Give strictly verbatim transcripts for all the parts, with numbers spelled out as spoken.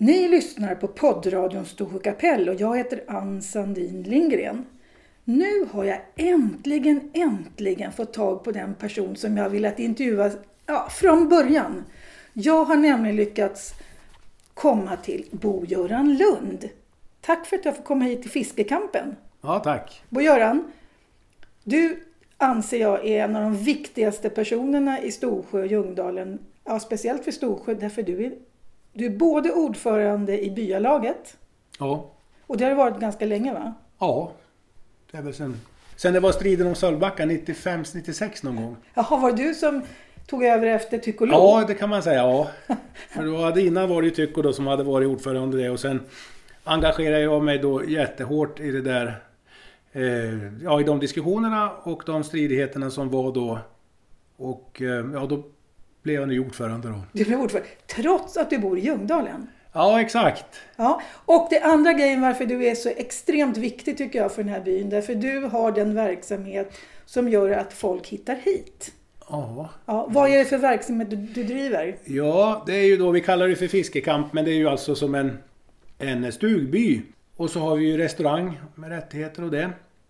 Ni lyssnar på poddradion Storsjö kapell och jag heter Ann Sandin Lindgren. Nu har jag äntligen, äntligen fått tag på den person som jag vill att intervjua ja, från början. Jag har nämligen lyckats komma till Bo-Göran Lund. Tack för att jag får komma hit till Fiskekampen. Ja, tack. Bo-Göran, du anser jag är en av de viktigaste personerna i Storsjö och Ljungdalen. Ja, speciellt för Storsjö därför du är, du är både ordförande i byalaget. Ja. Och det har varit ganska länge, va? Ja, det är väl sen, sen det var striden om Sölvbacka nittiofem nittiosex någon gång. Jaha, var det du som tog över efter Tycho Lo? Ja, det kan man säga, ja. För då hade, innan var det ju Tycho då som hade varit ordförande det och sen engagerade jag mig då jättehårt i det där, eh, ja i de diskussionerna och de stridigheterna som var då. Och eh, ja, då blev jag nu ordförande då. Du blev ordförande, trots att du bor i Ljungdalen? Ja, exakt. Ja, och det andra grejen varför du är så extremt viktig tycker jag för den här byn. Därför du har den verksamhet som gör att folk hittar hit. Ja. Ja, vad är det för verksamhet du, du driver? Ja, det är ju då, vi kallar det för fiskekamp, men det är ju alltså som en, en stugby. Och så har vi ju restaurang med rättigheter och det.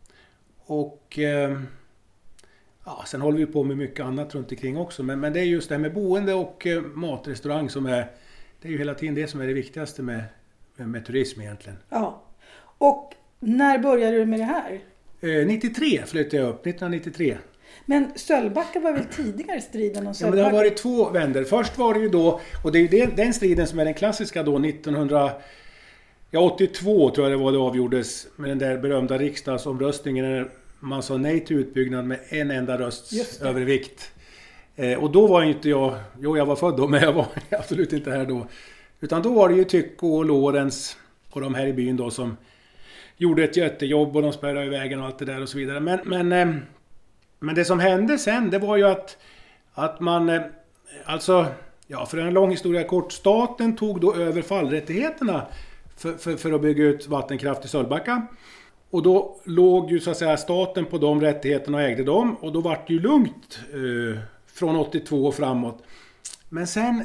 Och eh, ja, sen håller vi på med mycket annat runt omkring också. Men, men det är just det här med boende och eh, matrestaurang som är, det är ju hela tiden det som är det viktigaste med, med, med turism egentligen. Ja, och när började du med det här? Eh, nittiotre flyttade jag upp, nittonhundranittiotre. Men Sölvbacka var väl tidigare striden om Sölvbacka? Ja, men det har varit två vänder. Först var det ju då, och det är ju den, den striden som är den klassiska då, nittonhundraåttiotvå tror jag det var det avgjordes med den där berömda riksdagsomröstningen när man sa nej till utbyggnad med en enda rösts övervikt. Eh, och då var inte jag, jo jag var född då, men jag var absolut inte här då. Utan då var det ju Tycho och Lorenz och de här i byn då som gjorde ett jättejobb och de spärrade i vägen och allt det där och så vidare. Men, men eh, Men det som hände sen, det var ju att, att man, alltså, ja för en lång historia kort, staten tog då över fallrättigheterna för, för, för att bygga ut vattenkraft i Sölvbacka. Och då låg ju så att säga staten på de rättigheterna och ägde dem. Och då var det ju lugnt eh, från åttiotvå och framåt. Men sen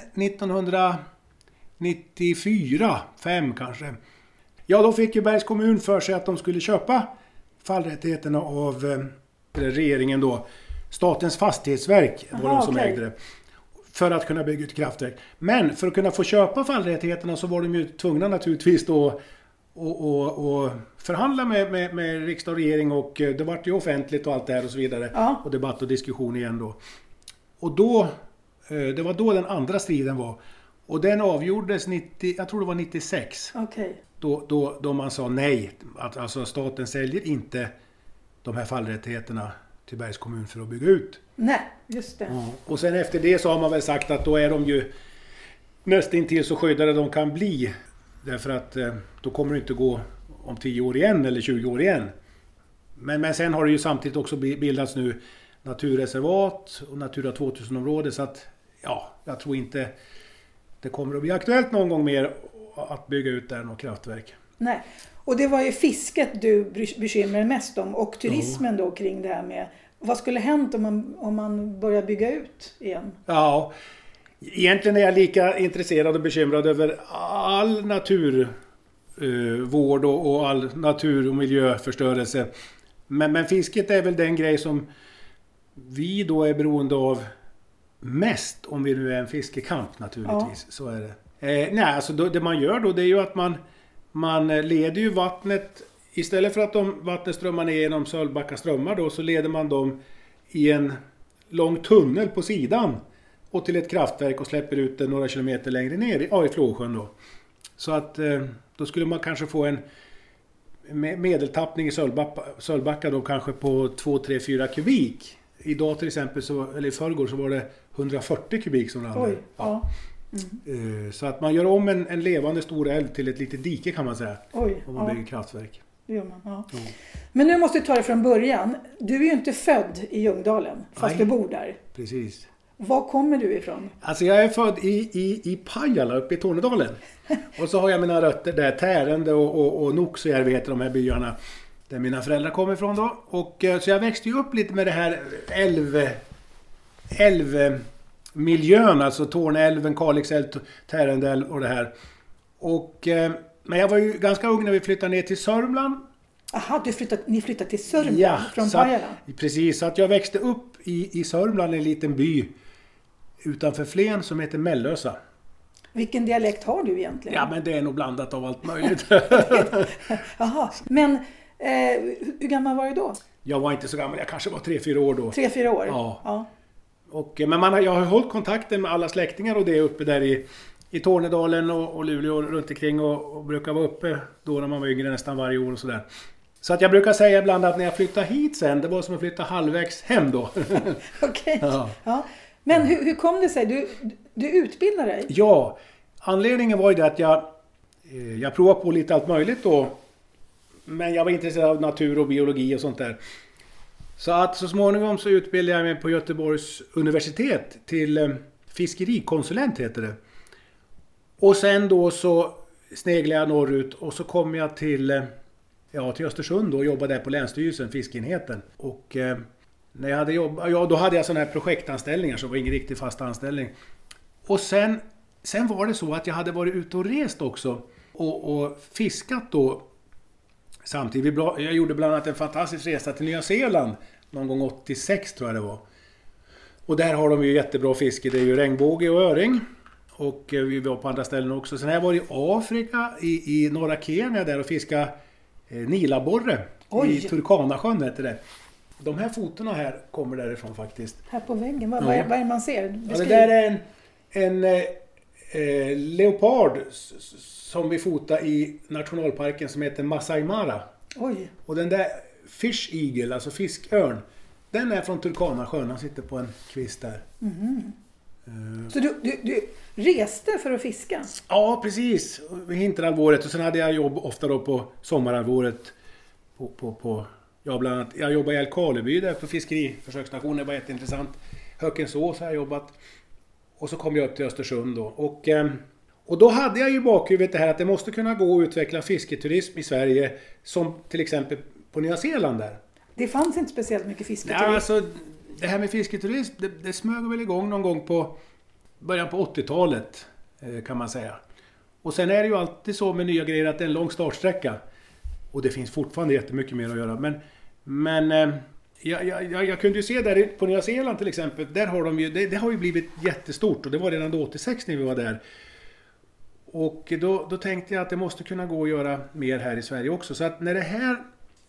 nittonhundranittiofyra, fem kanske, ja då fick ju Bergs kommun för sig att de skulle köpa fallrättigheterna av eh, regeringen då, Statens fastighetsverk var Aha, de som okay. ägde det, för att kunna bygga ut kraftverk. Men för att kunna få köpa fallrättigheterna så var de ju tvungna naturligtvis då och, och, och förhandla med, med, med riksdag och regering och det var ju offentligt och allt det här och så vidare. Ja. Och debatt och diskussion igen då. Och då, det var då den andra striden var. Och den avgjordes nittio, jag tror det var nittiosex. Okay. Då, då, då man sa nej, att alltså staten säljer inte de här fallrättigheterna till Bergs kommun för att bygga ut. Nej, just det. Ja. Och sen efter det så har man väl sagt att då är de ju nästintill så skyddade de kan bli. Därför att eh, då kommer det inte gå om tio år igen eller tjugo år igen. Men, men sen har det ju samtidigt också bildats nu naturreservat och Natura tvåtusen-område så att ja, jag tror inte det kommer att bli aktuellt någon gång mer att bygga ut där något kraftverk. Nej, och det var ju fisket du bekymrade mest om och turismen då kring det här med vad skulle hänt om man, om man börjar bygga ut igen? Ja, egentligen är jag lika intresserad och bekymrad över all naturvård uh, och, och all natur- och miljöförstörelse. Men, men fisket är väl den grej som vi då är beroende av mest om vi nu är en fiskekamp naturligtvis. Ja. Så är det. Eh, nej, alltså då, det man gör då det är ju att man Man leder ju vattnet, istället för att de vattnet strömmar ner genom Sölvbacka strömmar då, så leder man dem i en lång tunnel på sidan och till ett kraftverk och släpper ut det några kilometer längre ner i, ja, i Flåsjön då. Så att då skulle man kanske få en medeltappning i Sölvbacka, Sölvbacka då kanske på två, tre, fyra kubik. Idag till exempel, så, eller i förrgår så var det hundrafyrtio kubik som rann. Oj, ja. Mm. Så att man gör om en, en levande stor älv till ett litet dike kan man säga. Oj, om man ja. bygger kraftverk. Det gör man, ja. Ja. Men nu måste vi ta det från början. Du är ju inte född i Ljungdalen fast Nej. du bor där. Precis. Var kommer du ifrån? Alltså jag är född i, i, i Pajala uppe i Tornedalen. Och så har jag mina rötter där, Tärende och, och, och Noxojärvi heter de här byarna. Där mina föräldrar kommer ifrån då. Och så jag växte ju upp lite med det här älv... älv miljön, alltså Torneälven, Kalixälv, Tärendälv och det här. Och, eh, men jag var ju ganska ung när vi flyttade ner till Sörmland. Aha, du flyttat, ni flyttade till Sörmland Ja, från så att, Pajala? Precis, så att jag växte upp i, i Sörmland, en liten by utanför Flen som heter Mellösa. Vilken dialekt har du egentligen? Ja, men det är nog blandat av allt möjligt. Jaha, men eh, hur gammal var du då? Jag var inte så gammal, jag kanske var tre, fyra år då. Tre, fyra år? Ja. ja. Och, men man har, jag har hållit kontakten med alla släktingar och det uppe där i, i Tornedalen och, och Luleå runt omkring och, och brukar vara uppe då när man var yngre nästan varje år och sådär. Så att jag brukar säga ibland att när jag flyttade hit sen, det var som att flytta halvvägs hem då. Okej. Okay. Ja. Ja. Men hur, hur kom det sig? Du, du utbildade dig? Ja, anledningen var ju det att jag, jag provade på lite allt möjligt då. Men jag var intresserad av natur och biologi och sånt där. Så att så småningom så utbildade jag mig på Göteborgs universitet till fiskerikonsulent heter det. Och sen då så sneglade jag norrut och så kom jag till, ja, till Östersund och jobbade där på Länsstyrelsen, fiskenheten. Och eh, när jag hade jobbat, ja, då hade jag sådana här projektanställningar så var ingen riktigt fast anställning. Och sen, sen var det så att jag hade varit ute och rest också och, och fiskat då. Samtidigt, jag gjorde bland annat en fantastisk resa till Nya Zeeland någon gång åttiosex tror jag det var. Och där har de ju jättebra fiske, det är ju regnbåge och öring. Och vi var på andra ställen också. Sen har jag varit i Afrika, i, i norra Kenya där och fiskade eh, nilaborre. Oj. I Turkanasjön heter det. De här fotorna här kommer därifrån faktiskt. Här på väggen, vad, ja. vad, är, vad är det man ser? Ja, det där är en, en eh, leopard som vi fotar i nationalparken som heter Masai Mara. Oj. Och den där fish eagle, alltså fiskörn, den är från Turkanasjön. Han sitter på en kvist där. Mm. Uh. Så du, du, du reste för att fiska? Ja, precis. Vinterhalvåret. Och sen hade jag jobb ofta då på sommarhalvåret. På, på, på, ja, bland annat, jag jobbade i Älvkarleby där på fiskeriförsöksstationen. Det var jätteintressant. Hökensås har jag jobbat. Och så kom jag upp till Östersund då. Och, och då hade jag ju i bakhuvudet det här att det måste kunna gå att utveckla fisketurism i Sverige. Som till exempel på Nya Zeeland där. Det fanns inte speciellt mycket fisketurism. Ja, alltså, det här med fisketurism, det, det smög väl igång någon gång på början på åttiotalet kan man säga. Och sen är det ju alltid så med nya grejer att det är en lång startsträcka. Och det finns fortfarande jättemycket mer att göra. Men, men jag, jag, jag kunde ju se där på Nya Zeeland till exempel, där har de ju, det, det har ju blivit jättestort och det var redan då åttiosex när vi var där. Och då, då tänkte jag att det måste kunna gå att göra mer här i Sverige också. Så att när det här,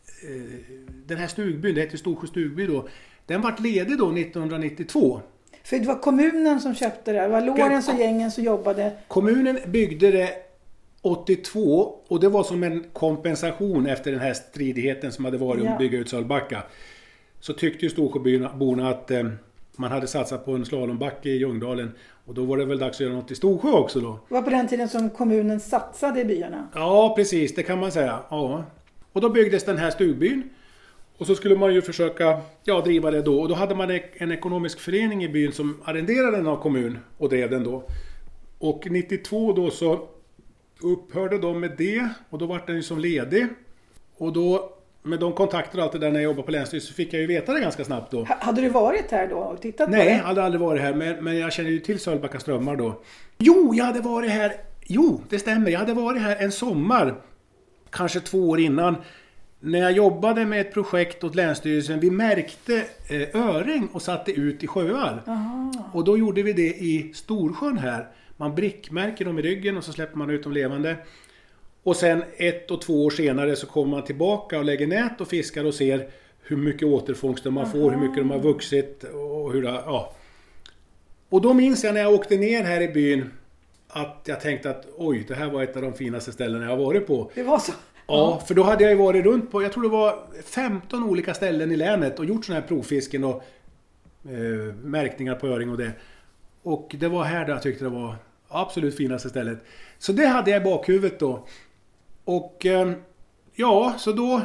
den här stugbyn, det heter Storsjö stugby då, den vart ledig då nittonhundranittiotvå. För det var kommunen som köpte det, det var Lorentz och gängen som jobbade. Kommunen byggde det åttiotvå och det var som en kompensation efter den här stridigheten som hade varit om att bygga ut Sölvbacka. Så tyckte ju Storsjöborna att eh, man hade satsat på en slalombacke i Ljungdalen och då var det väl dags att göra något i Storsjö också då. Det var på den tiden som kommunen satsade i byarna. Ja, precis, det kan man säga. Ja. Och då byggdes den här stugbyn. Och så skulle man ju försöka ja, driva det då. Och då hade man en ekonomisk förening i byn som arrenderade den av kommun och drev den då. Och nittiotvå då så upphörde de med det och då var den ju som ledig. Och då med de kontakter och allt det där när jag jobbade på Länsstyrelsen så fick jag ju veta det ganska snabbt då. Hade du varit här då och tittat Nej, på det? Nej, jag hade aldrig varit här men, men jag känner ju till Sölvbacka strömmar då. Jo, jag hade varit här. Jo, det stämmer. Jag hade varit här en sommar. Kanske två år innan. När jag jobbade med ett projekt åt Länsstyrelsen, vi märkte eh, öring och satte ut i sjöar. Aha. Och då gjorde vi det i Storsjön här. Man brickmärker dem i ryggen och så släpper man ut dem levande. Och sen ett och två år senare så kommer man tillbaka och lägger nät och fiskar och ser hur mycket återfångster man Aha. får, hur mycket de har vuxit och hur det, ja. Och då minns jag när jag åkte ner här i byn att jag tänkte att oj, det här var ett av de finaste ställena jag har varit på. Det var så? Ja, för då hade jag ju varit runt på, jag tror det var femton olika ställen i länet och gjort sån här provfisken och eh, märkningar på öring och det. Och det var här där jag tyckte det var absolut finaste stället. Så det hade jag i bakhuvudet då. Och eh, ja, så då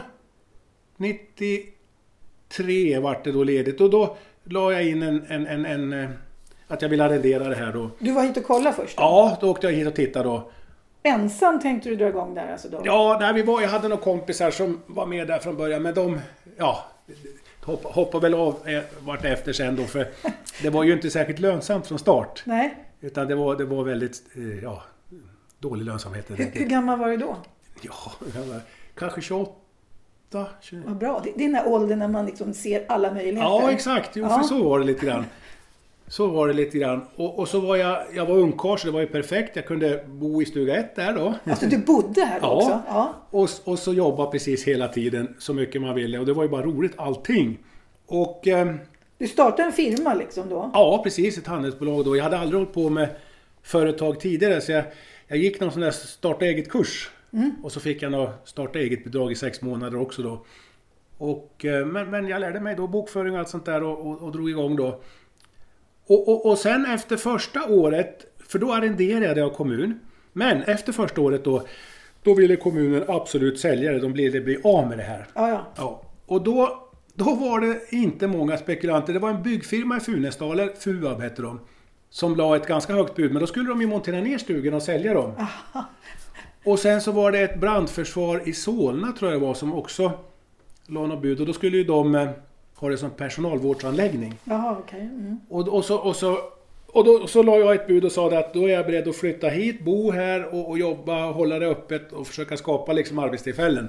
nittiotre vart det då ledigt och då la jag in en, en, en, en att jag ville arrendera det här då. Du var hit och kolla först? Då? Ja, då åkte jag hit och tittade då. Ensam tänkte du dra igång där alltså då? Ja, nej, vi var, jag hade några kompisar som var med där från början. Men de ja, hopp, hoppade väl av eh, vart efter sen då. För det var ju inte särskilt lönsamt från start. Nej. Utan det var, det var väldigt, eh, ja, dålig lönsamhet. Hur, hur gammal var du då? Ja, kanske tjugoåtta. tjugo Vad bra. Det, det är den här åldern när man liksom ser alla möjligheter. Ja, exakt. Jo, ja. För så var det lite grann. Så var det lite grann. Och, och så var jag, jag var ungkarl så det var ju perfekt. Jag kunde bo i stuga ett där då. Alltså du bodde här då ja. också? Ja. Och, och så jobba precis hela tiden så mycket man ville. Och det var ju bara roligt allting. Och... Eh, du startade en firma liksom då? Ja, precis. Ett handelsbolag då. Jag hade aldrig hållit på med företag tidigare. Så jag, jag gick någon sån där starta eget-kurs. Mm. Och så fick jag något starta eget-bidrag i sex månader också då. Och, eh, men, men jag lärde mig då bokföring och allt sånt där och, och, och drog igång då. Och, och, och sen efter första året, för då arrenderade jag kommun. Men efter första året då, då ville kommunen absolut sälja det. De ville bli av med det här. Ja, ja. Ja. Och då, då var det inte många spekulanter. Det var en byggfirma i Funäsdalen, Fuab hette de, som la ett ganska högt bud. Men då skulle de ju montera ner stugan och sälja dem. Aha. Och sen så var det ett brandförsvar i Solna tror jag det var som också la något bud. Och då skulle ju de ha det som personalvårdsanläggning. Jaha, okej. Okay. Mm. Och, och, så, och, så, och då så la jag ett bud och sa att då är jag beredd att flytta hit, bo här och, och jobba, hålla det öppet och försöka skapa liksom arbetstillfällen.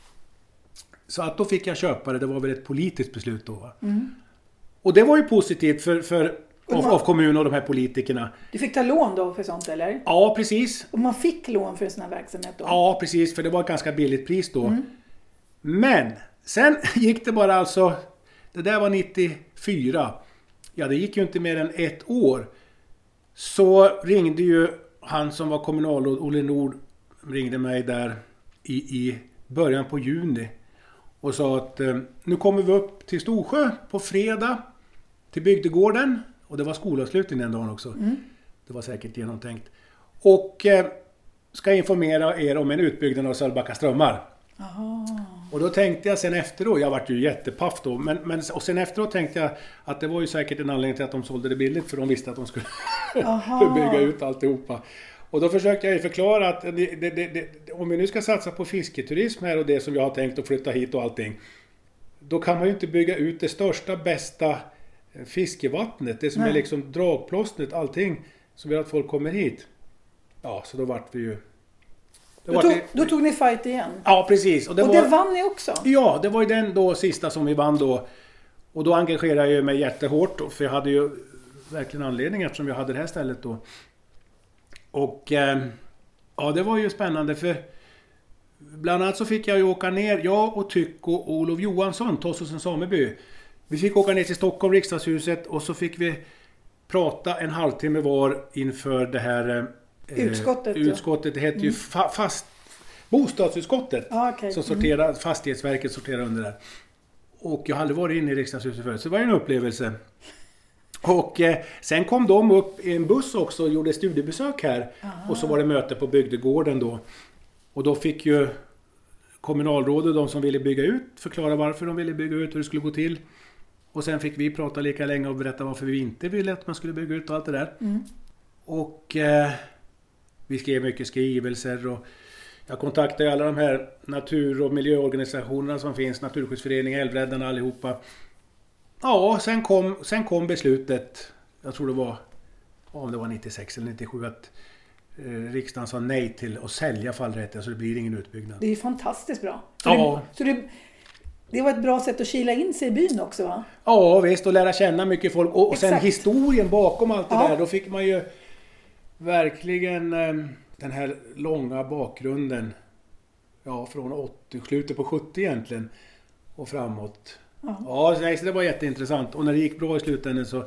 Så att då fick jag köpa det. Det var väl ett politiskt beslut då. Va? Mm. Och det var ju positivt för, för av, av kommunen och de här politikerna. Du fick ta lån då för sånt eller? Ja, precis. Och man fick lån för en sån här verksamhet då? Ja, precis. För det var ett ganska billigt pris då. Mm. Men sen gick det bara alltså... Det där var nittiofyra. Ja, det gick ju inte mer än ett år. Så ringde ju han som var kommunalråd, Olle Nord, ringde mig där i, i början på juni. Och sa att eh, nu kommer vi upp till Storsjö på fredag till bygdegården. Och det var skolavslutning den dagen också. Mm. Det var säkert genomtänkt. Och eh, ska informera er om en utbyggnad av Sölvbacka strömmar. Aha. Och då tänkte jag sen efteråt, jag var ju jättepaff då, men, men, och sen efteråt tänkte jag att det var ju säkert en anledning till att de sålde det billigt, för de visste att de skulle bygga ut alltihopa. Och då försökte jag ju förklara att det, det, det, det, om vi nu ska satsa på fisketurism här och det som jag har tänkt att flytta hit och allting, då kan man ju inte bygga ut det största, bästa fiskevattnet, det som Nej. Är liksom dragplåstret, allting som gör att folk kommer hit. Ja, så då vart vi ju... Då tog, då tog ni fight igen? Ja, precis. Och det, och var, det vann ni också? Ja, det var ju den då sista som vi vann då. Och då engagerade jag mig jättehårt då, för jag hade ju verkligen anledning eftersom jag hade det här stället då. Och eh, ja, det var ju spännande för bland annat så fick jag ju åka ner, jag och Tycko och Olof Johansson, Tossusen Sameby. Vi fick åka ner till Stockholm, riksdagshuset, och så fick vi prata en halvtimme var inför det här Utskottet, eh, utskottet. Det heter mm. ju fa- fast bostadsutskottet ah, okay. som sorterar, mm. Fastighetsverket sorterar under det. Och jag hade varit inne i riksdagshuset förut, så det var en upplevelse. Och eh, sen kom de upp i en buss också och gjorde studiebesök här. Aha. Och så var det möte på bygdegården då. Och då fick ju kommunalrådet, de som ville bygga ut, förklara varför de ville bygga ut, hur det skulle gå till. Och sen fick vi prata lika länge och berätta varför vi inte ville att man skulle bygga ut och allt det där. Mm. Och eh, vi skrev mycket skrivelser och jag kontaktade alla de här natur- och miljöorganisationerna som finns, Naturskyddsföreningen, Älvräddarna, allihopa. Ja, sen kom, sen kom beslutet, jag tror det var, om det var nittiosex eller nittiosju, att eh, riksdagen sa nej till att sälja fallrätten, så det blir ingen utbyggnad. Det är ju fantastiskt bra. Så, ja. det, så det, det var ett bra sätt att kila in sig i byn också, va? Ja, visst, och lära känna mycket folk. Och, och sen historien bakom allt det ja. där, då fick man ju verkligen eh, den här långa bakgrunden, ja, från åttio, slutet på sjuttio egentligen och framåt. Ja, ja så det var jätteintressant. Och när det gick bra i slutändan så,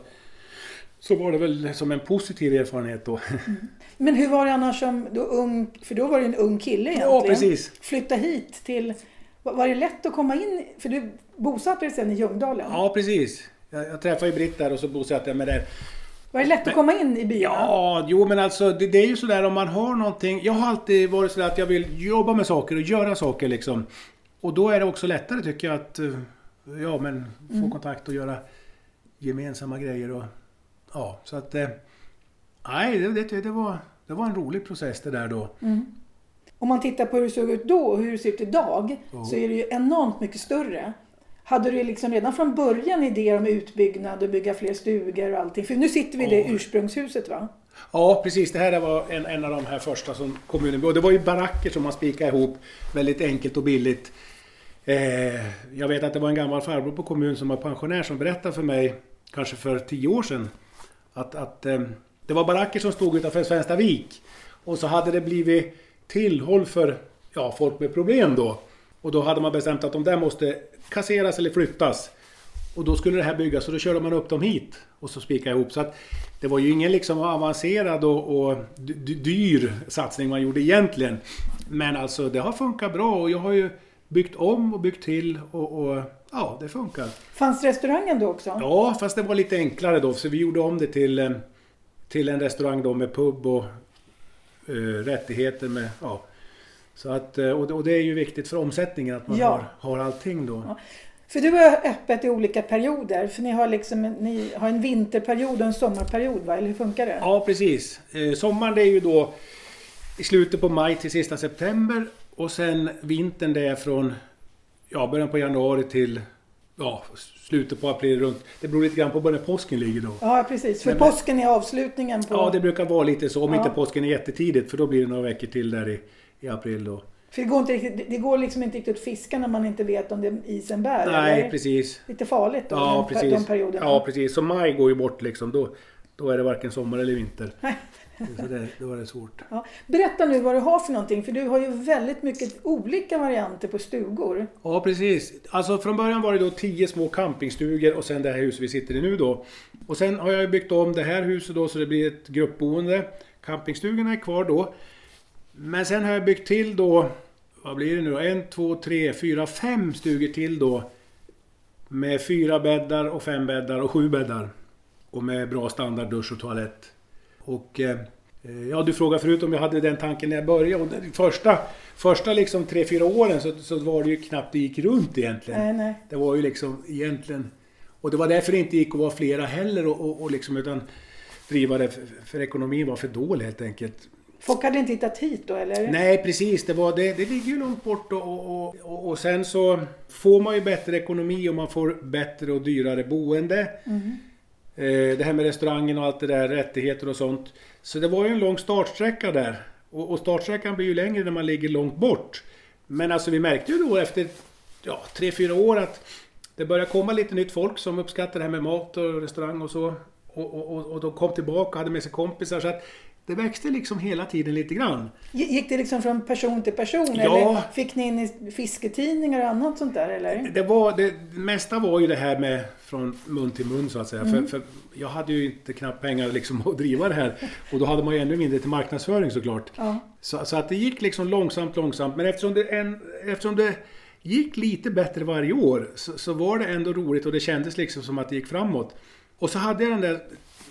så var det väl som en positiv erfarenhet då. Mm. Men hur var det annars som då ung, för då var det en ung kille egentligen. Ja, precis. Flytta hit till, var det lätt att komma in, för du bosatte dig sen i Ljungdalen? Ja, precis. Jag, jag träffade ju Britt där och så bosatte jag mig där. Var det lätt men, att komma in i byarna? Ja, jo men alltså det, det är ju sådär om man har någonting. Jag har alltid varit sådär att jag vill jobba med saker och göra saker liksom. Och då är det också lättare tycker jag att ja, men få mm. kontakt och göra gemensamma grejer och ja, så att eh, nej, det, det, det, var, det var en rolig process det där då. Mm. Om man tittar på hur det såg ut då och hur det ser ut idag oh. så är det ju enormt mycket större. Hade du liksom redan från början idéer om utbyggnad och bygga fler stugor och allting? För nu sitter vi i det oh. ursprungshuset, va? Ja, precis. Det här var en, en av de här första som kommunen... Och det var ju baracker som man spikade ihop väldigt enkelt och billigt. Eh, jag vet att det var en gammal farbror på kommun som var pensionär som berättade för mig, kanske för tio år sedan, att, att eh, det var baracker som stod utanför Svenstavik. Och så hade det blivit tillhåll för ja, folk med problem då. Och då hade man bestämt att de där måste kasseras eller flyttas. Och då skulle det här byggas och då körde man upp dem hit och så spikade ihop. Så att det var ju ingen liksom avancerad och, och dyr satsning man gjorde egentligen. Men alltså det har funkat bra och jag har ju byggt om och byggt till och, och ja, det funkar. Fanns restaurangen då också? Ja, fast det var lite enklare då. Så vi gjorde om det till, till en restaurang då med pub och uh, rättigheter med... Ja. Så att, och det är ju viktigt för omsättningen att man ja. har, har allting då. Ja. För du har öppet i olika perioder. För ni har, liksom, ni har en vinterperiod och en sommarperiod, va? Eller hur funkar det? Ja, precis. Eh, sommaren det är ju då i slutet på maj till sista september. Och sen vintern det är från ja, början på januari till ja, slutet på april runt. Det beror lite grann på var påsken ligger då. Ja, precis. För men, påsken är avslutningen på... Ja, det brukar vara lite så. Om ja. inte påsken är jättetidigt. För då blir det några veckor till där i, i april då. För det går, inte riktigt, det går liksom inte riktigt att fiska när man inte vet om det isen bär. Nej, eller? Precis. Lite farligt då, ja, de, precis. de perioderna. Ja, precis. Så maj går ju bort liksom. Då, då är det varken sommar eller vinter. Så det, då var det svårt. Ja. Berätta nu vad du har för någonting. För du har ju väldigt mycket olika varianter på stugor. Ja, precis. Alltså från början var det då tio små campingstugor och sen det här huset vi sitter i nu då. Och sen har jag byggt om det här huset då så det blir ett gruppboende. Campingstugorna är kvar då. Men sen har jag byggt till då... Vad blir det nu då? En, två, tre, fyra, fem stugor till då. Med fyra bäddar och fem bäddar och sju bäddar. Och med bra standard dusch och toalett. Och eh, ja, du frågade förut om jag hade den tanken när jag började. Och det, första första liksom tre, fyra åren så, så var det ju knappt det gick runt egentligen. Nej, nej. Det var ju liksom egentligen... Och det var därför det inte gick att vara flera heller. Och, och, och liksom, utan driva det för, för ekonomin var för dålig helt enkelt. Folk hade inte hittat hit då, eller? Nej, precis. Det, var, det, det ligger ju långt bort och, och, och, och sen så får man ju bättre ekonomi och man får bättre och dyrare boende. Mm. Eh, det här med restaurangen och allt det där, rättigheter och sånt. Så det var ju en lång startsträcka där. Och, och startsträckan blir ju längre när man ligger långt bort. Men alltså vi märkte ju då efter ja, tre, fyra år att det började komma lite nytt folk som uppskattar det här med mat och restaurang och så. Och, och, och, och de kom tillbaka och hade med sig kompisar så att det växte liksom hela tiden lite grann. Gick det liksom från person till person? Ja. Eller fick ni in i fisketidningar och annat sånt där? Eller? Det, var, det, det mesta var ju det här med från mun till mun så att säga. Mm. För, för jag hade ju inte knappt pengar liksom att driva det här. Och då hade man ju ännu mindre till marknadsföring såklart. Ja. Så, så att det gick liksom långsamt, långsamt. Men eftersom det, en, eftersom det gick lite bättre varje år så, så var det ändå roligt och det kändes liksom som att det gick framåt. Och så hade jag den där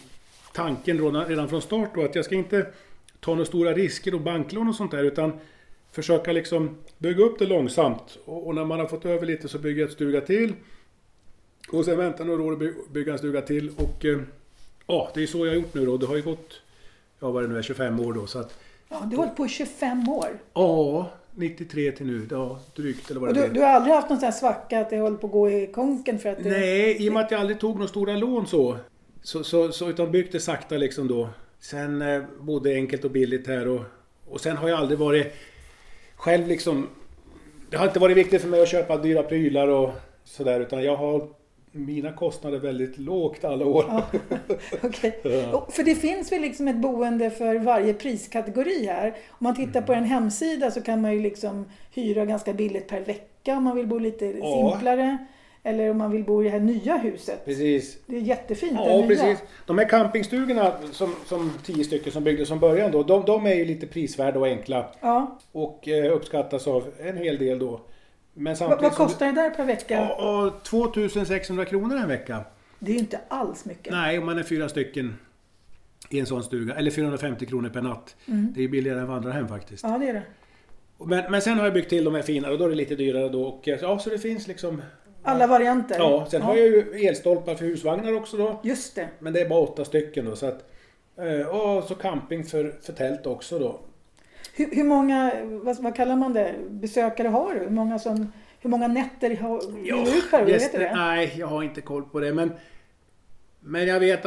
tanken redan från start då att jag ska inte ta några stora risker och banklån och sånt där utan försöka liksom bygga upp det långsamt och, och när man har fått över lite så bygger jag ett stuga till och sen vänta några år och bygga en stuga till och eh, ja, det är så jag har gjort nu då. Det har ju gått, ja vad det nu är, tjugofem år då så att, ja, du har hållit på i tjugofem år? Ja, nittiotre till nu, ja, drygt eller vad och det du, är. du har aldrig haft någon sån här svacka att det håller på att gå i konken för att det... Nej, i och med att jag aldrig tog några stora lån så Så, så, så utan byggde sakta liksom då. Sen eh, bodde enkelt och billigt här och, och sen har jag aldrig varit själv liksom, det har inte varit viktigt för mig att köpa dyra prylar och sådär utan jag har mina kostnader väldigt lågt alla år. Ja, okay. Ja. För det finns väl liksom ett boende för varje priskategori här. Om man tittar på en hemsida så kan man ju liksom hyra ganska billigt per vecka om man vill bo lite ja. simplare. Eller om man vill bo i det här nya huset. Precis. Det är jättefint. Ja, precis. De här campingstugorna som, som tio stycken som byggdes från början då, de, de är ju lite prisvärda och enkla. Ja. Och eh, uppskattas av en hel del då. Men samtidigt vad kostar det där per vecka? Ja, tvåtusensexhundra kronor en vecka. Det är ju inte alls mycket. Nej, om man är fyra stycken i en sån stuga. Eller fyrahundrafemtio kronor per natt. Mm. Det är ju billigare än vandrarhem faktiskt. Ja, det är det. Men, men sen har jag byggt till de här fina och då är det lite dyrare då. Och, ja, så det finns liksom... Alla varianter. Ja, sen ja. har jag ju elstolpar för husvagnar också då. Just det. Men det är bara åtta stycken då. Så att, och så camping för, för tält också då. Hur, hur många, vad, vad kallar man det, besökare har du? Hur många, som, hur många nätter har ja, du ut per år? Vet du det? Nej, jag har inte koll på det. Men, men jag vet att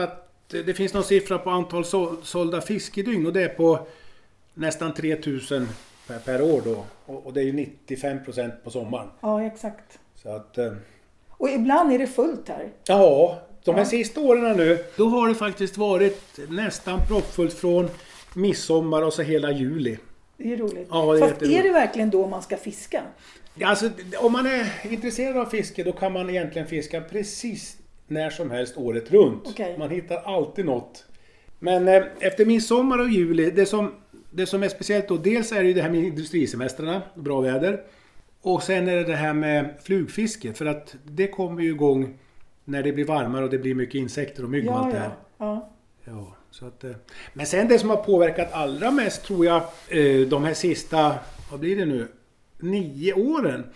det, det finns någon siffra på antal så, sålda fiskedygn och det är på nästan tre tusen per, per år då. Och, och det är ju nittiofem procent på sommaren. Ja, exakt. Så att, eh, och ibland är det fullt här. Ja, de här ja. sista åren nu, då har det faktiskt varit nästan proppfullt från midsommar och så hela juli. Det är roligt. Ja, det är Fast är det verkligen då man ska fiska? Alltså, om man är intresserad av fiske, då kan man egentligen fiska precis när som helst året runt. Okay. Man hittar alltid något. Men eh, efter midsommar och juli, det som, det som är speciellt då, dels är det ju det här med industrisemestrarna, bra väder. Och sen är det det här med flugfiske, för att det kommer ju igång när det blir varmare och det blir mycket insekter och mygg och ja, allt det här. Ja, ja. Ja, så att, men sen det som har påverkat allra mest tror jag de här sista, vad blir det nu, nio åren.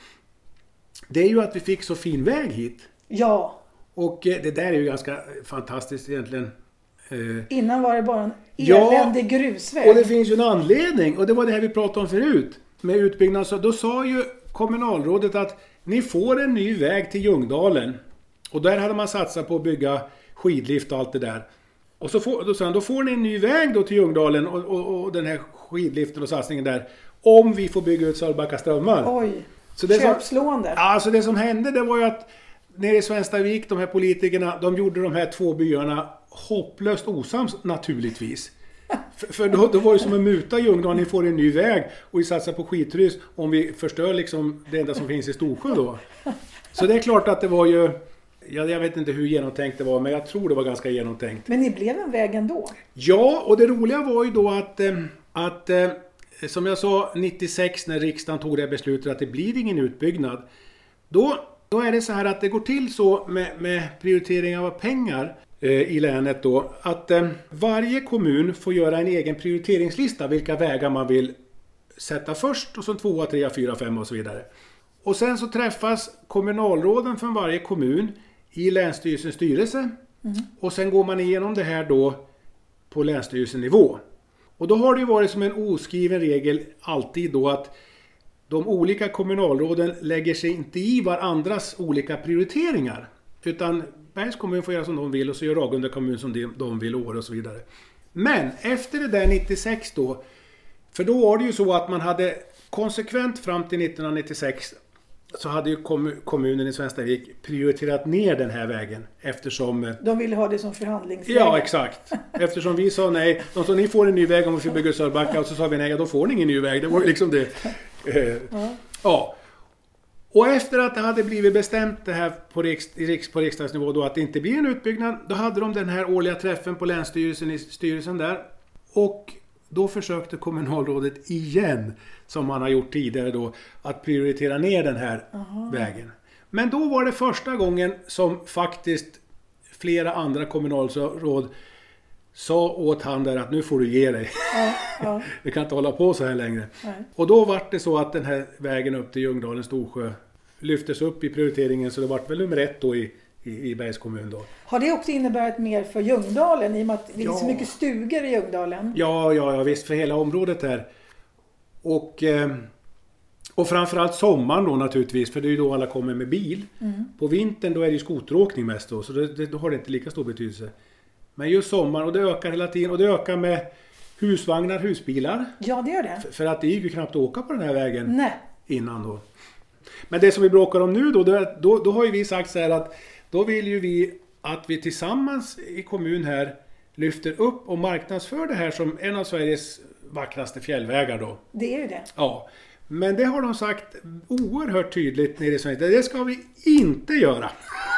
Det är ju att vi fick så fin väg hit. Ja. Och det där är ju ganska fantastiskt egentligen. Innan var det bara en eländig ja, grusväg. Och det finns ju en anledning. Och det var det här vi pratade om förut. Med utbyggnad. Så då sa ju kommunalrådet att ni får en ny väg till Ljungdalen. Och där hade man satsat på att bygga skidlift och allt det där. Och så får, då, sa han, då får ni en ny väg då till Ljungdalen och, och, och den här skidliften och satsningen där. Om vi får bygga ut Sölvbacka strömmar. Oj, så det köpslående. Som, alltså det som hände det var ju att nere i Svenstavik, de här politikerna, de gjorde de här två byarna hopplöst osams naturligtvis. för för då, då var det som en muta Ljungdalen, ni får en ny väg och vi satsar på skidturism om vi förstör liksom det enda som finns i Storsjö då. Så det är klart att det var ju, jag, jag vet inte hur genomtänkt det var, men jag tror det var ganska genomtänkt. Men ni blev en väg ändå? Ja, och det roliga var ju då att, att som jag sa nittiosex när riksdagen tog det beslutet att det blir ingen utbyggnad. Då, då är det så här att det går till så med, med prioritering av pengar eh, i länet då. Att eh, varje kommun får göra en egen prioriteringslista vilka vägar man vill sätta först och så tvåa, trea, fyra, fem och så vidare. Och sen så träffas kommunalråden från varje kommun i Länsstyrelsens styrelse. Mm. Och sen går man igenom det här då på länsstyrelsenivå. Och då har det ju varit som en oskriven regel alltid då att de olika kommunalråden lägger sig inte i varandras olika prioriteringar. Utan Bergs kommun får göra som de vill och så gör Ragunda kommun som de vill år och så vidare. Men efter det där nittiosex då, för då var det ju så att man hade konsekvent fram till nittonhundranittiosex så hade ju kommunen i Svenstavik prioriterat ner den här vägen eftersom... De ville ha det som förhandlingsväg. Ja, exakt. Eftersom vi sa nej. De sa ni får en ny väg om vi får bygga Sölvbacka och så sa vi nej, då får ni ingen ny väg. Det var ju liksom det. Ja. ja. Och efter att det hade blivit bestämt det här på, riks, på riksdagsnivå då att det inte blir en utbyggnad, då hade de den här årliga träffen på länsstyrelsen i styrelsen där. Och då försökte kommunalrådet igen, som man har gjort tidigare då, att prioritera ner den här Aha. vägen. Men då var det första gången som faktiskt flera andra kommunalråd sa åt han där att nu får du ge dig. Ja, ja. Vi kan inte hålla på så här längre. Nej. Och då var det så att den här vägen upp till Ljungdalen Storsjö lyftes upp i prioriteringen, så det var väl nummer ett då i, i, i Bergs kommun då. Har det också inneburit mer för Ljungdalen i och med att det ja. finns så mycket stugor i Ljungdalen? Ja, ja, ja visst, för hela området här. Och, och framförallt sommaren då naturligtvis, för det är ju då alla kommer med bil. Mm. På vintern då är det ju skoteråkning mest då, så det, det, då har det inte lika stor betydelse. Men just sommaren, och det ökar hela tiden, och det ökar med husvagnar, husbilar. Ja, det gör det. För, för att det är ju knappt att åka på den här vägen Nej. innan då. Men det som vi bråkar om nu då, då, då har ju vi sagt så här att då vill ju vi att vi tillsammans i kommun här lyfter upp och marknadsför det här som en av Sveriges vackraste fjällvägar då. Det är ju det. Ja, men det har de sagt oerhört tydligt nere i Sverige. Det ska vi inte göra.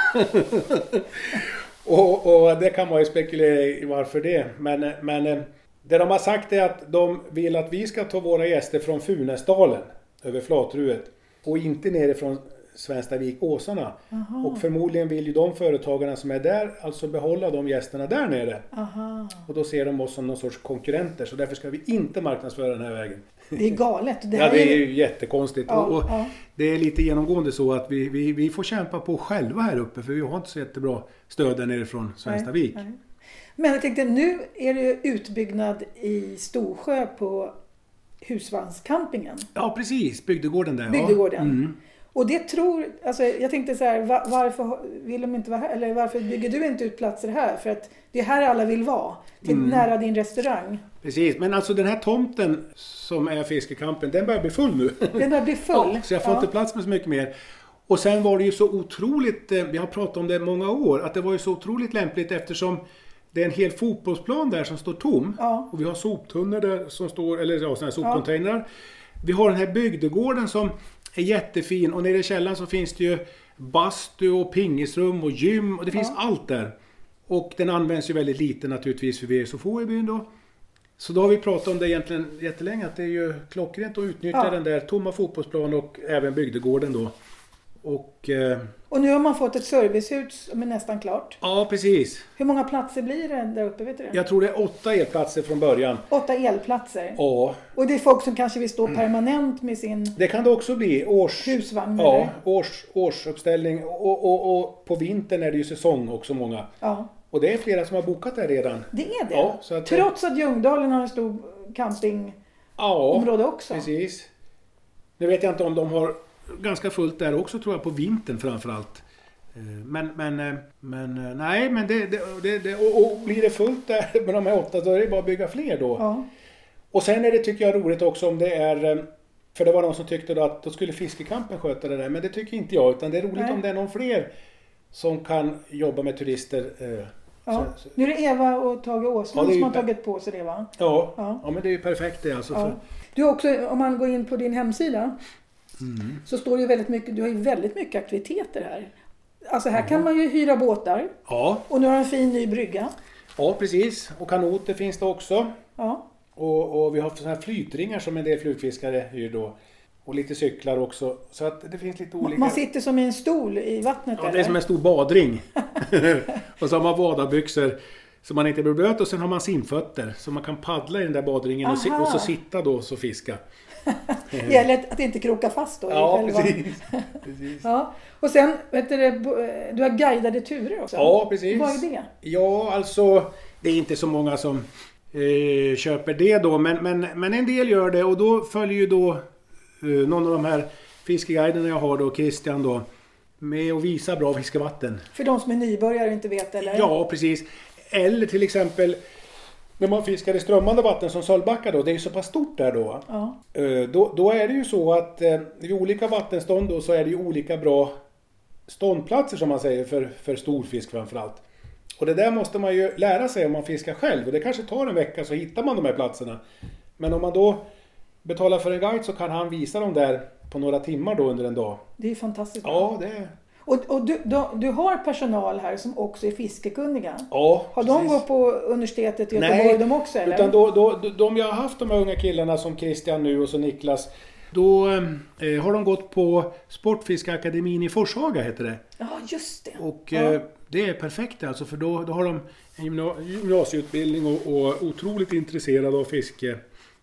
och, och det kan man ju spekulera i varför det. Men, men det de har sagt är att de vill att vi ska ta våra gäster från Funäsdalen över Flatruet och inte ner från Svenstavik-Åsarna. Aha. Och förmodligen vill ju de företagarna som är där alltså behålla de gästerna där nere. Aha. Och då ser de oss som någon sorts konkurrenter, så därför ska vi inte marknadsföra den här vägen. Det är galet. Det ja, det är ju jättekonstigt. Ja, och, och ja. Det är lite genomgående så att vi, vi, vi får kämpa på själva här uppe, för vi har inte så jättebra stöd där nere från Svenstavik. Nej, nej. Men jag tänkte, nu är det utbyggnad i Storsjö på husvagnscampingen. Ja, precis. Bygdegården där. Bygdegården. Ja. Mm. Och det tror, alltså jag tänkte så här, var, varför vill de inte vara här? Eller varför bygger du inte ut platser här? För att det är här alla vill vara, till mm. nära din restaurang. Precis, men alltså den här tomten som är fiskekampen, den börjar bli full nu. Den börjar bli full? Ja, så jag får ja. inte plats med så mycket mer. Och sen var det ju så otroligt, vi har pratat om det i många år, att det var ju så otroligt lämpligt eftersom det är en hel fotbollsplan där som står tom. Ja. Och vi har soptunnor där som står, eller ja, sådana här sopcontainrar. Ja. Vi har den här bygdegården som är jättefin och nere i källaren så finns det ju bastu och pingisrum och gym och det finns ja. allt där. Och den används ju väldigt lite naturligtvis för vi är så få i byn då. Så då har vi pratat om det egentligen jättelänge att det är ju klockrent att utnyttja ja. den där tomma fotbollsplan och även bygdegården då. Och, eh, och nu har man fått ett servicehus som är nästan klart. Ja, precis. Hur många platser blir det där uppe, vet du det? Jag tror det är åtta elplatser från början. Åtta elplatser? Ja. Och det är folk som kanske vill stå permanent med sin... Det kan det också bli. Års, husvagn? Ja, eller? års, årsuppställning. Och, och, och på vintern är det ju säsong också många. Ja. Och det är flera som har bokat det redan. Det är det? Ja, så att trots att Ljungdalen har en stor campingområde ja, också? Ja, precis. Nu vet jag inte om de har... ganska fullt där också tror jag på vintern framförallt. Men, men, men nej, men det, det, det, det och, och blir det fullt där med de här åtta då är det bara att bygga fler då. Ja. Och sen är det tycker jag roligt också om det är, för det var någon som tyckte då att då skulle fiskekampen sköta det där, men det tycker inte jag, utan det är roligt nej. om det är någon fler som kan jobba med turister. Ja. Så, så. Nu är det Eva och Tage Åslund ja, som har tagit på sig det va? Ja, ja. ja men det är ju perfekt det alltså. Ja. För... Du också, om man går in på din hemsida mm. så står det ju väldigt mycket, du har ju väldigt mycket aktiviteter här. Alltså här ja. kan man ju hyra båtar. Ja. Och nu har en fin ny brygga. Ja, precis. Och kanoter finns det också. Ja. Och, och vi har sådana här flytringar som en del flugfiskare hyr då. Och lite cyklar också. Så att det finns lite olika... Man sitter som i en stol i vattnet ja, eller? det är som en stor badring. Och så har man badarbyxor så man inte blir blöt. Och sen har man simfötter så man kan paddla i den där badringen och, si- och så sitta då och så fiska. Det gäller att inte kroka fast då. Ja, precis. precis. Ja. Och sen, vet du, du har guidade turer också. Ja, precis. Vad är det? Ja, alltså, det är inte så många som eh, köper det då. Men, men, men en del gör det och då följer ju då eh, någon av de här fiskeguiderna jag har då, Christian då, med att visa bra fiskevatten. För de som är nybörjare och inte vet, eller? Ja, precis. Eller till exempel... När man fiskar i strömmande vatten som Sölvbacka då, det är ju så pass stort där då. Ja. Då, då är det ju så att eh, i olika vattenstånd då så är det ju olika bra ståndplatser som man säger för, för storfisk framförallt. Och det där måste man ju lära sig om man fiskar själv. Och det kanske tar en vecka så hittar man de här platserna. Men om man då betalar för en guide så kan han visa dem där på några timmar då under en dag. Det är fantastiskt bra. Ja, det är... Och, och du, du, du har personal här som också är fiskekunniga. Ja, har de gått på universitetet i Göteborg? Nej, de också eller? Utan då, då, de jag har haft de här unga killarna som Christian nu och så Niklas. Då eh, har de gått på Sportfiskakademin i Forshaga heter det. Ja, just det. Och ja. eh, det är perfekt alltså för då, då har de en gymnasieutbildning och, och otroligt intresserade av fiske.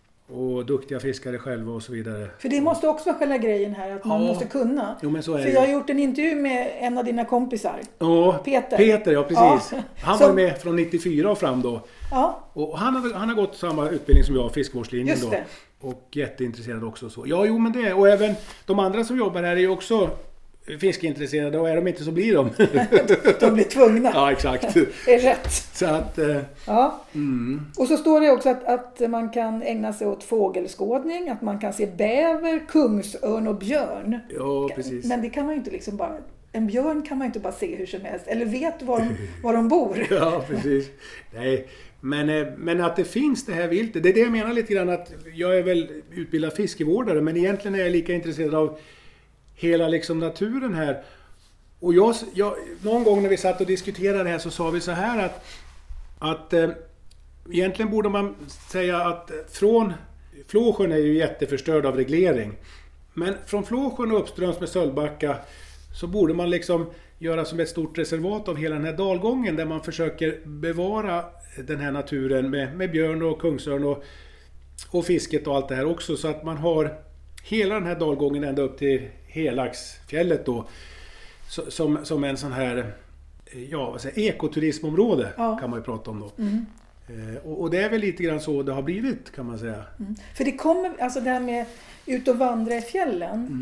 Och duktiga fiskare själva och så vidare. För det måste också vara själva grejen här, att man ja. måste kunna. Jo, men så är För det. jag har gjort en intervju med en av dina kompisar. Ja, Peter. Peter, ja precis. Ja. Han så... var med från nittiofyra och fram då. Ja. Och han har, han har gått samma utbildning som jag, fiskevårdslinjen Just då. det. Och jätteintresserad också. Så. Ja, jo men det. Och även de andra som jobbar här är ju också fiskeintresserade och är de inte så blir de. De blir tvungna. Ja, exakt. Det är rätt. Så att, eh, ja. Mm. Och så står det också att, att man kan ägna sig åt fågelskådning, att man kan se bäver, kungsörn och björn. Ja, precis. Men det kan man ju inte liksom bara... En björn kan man ju inte bara se hur som helst. Eller vet var de, var de bor. Ja, precis. Nej, men, men att det finns det här viltet. Det är det jag menar lite grann att jag är väl utbildad fiskevårdare. Men egentligen är jag lika intresserad av hela liksom naturen här. Och jag, jag, någon gång när vi satt och diskuterade det här så sa vi så här att, att eh, egentligen borde man säga att från Flåsjön är ju jätteförstörd av reglering. Men från Flåsjön och uppströms med Sölvbacka så borde man liksom göra som ett stort reservat av hela den här dalgången där man försöker bevara den här naturen med, med björn och kungsörn och, och fisket och allt det här också så att man har hela den här dalgången ända upp till Helaxfjället då som, som en sån här ja, vad säger, ekoturismområde ja. kan man ju prata om då. Mm. Och, och det är väl lite grann så det har blivit kan man säga. Mm. För det kommer, alltså det här med ut och vandra i fjällen. Mm.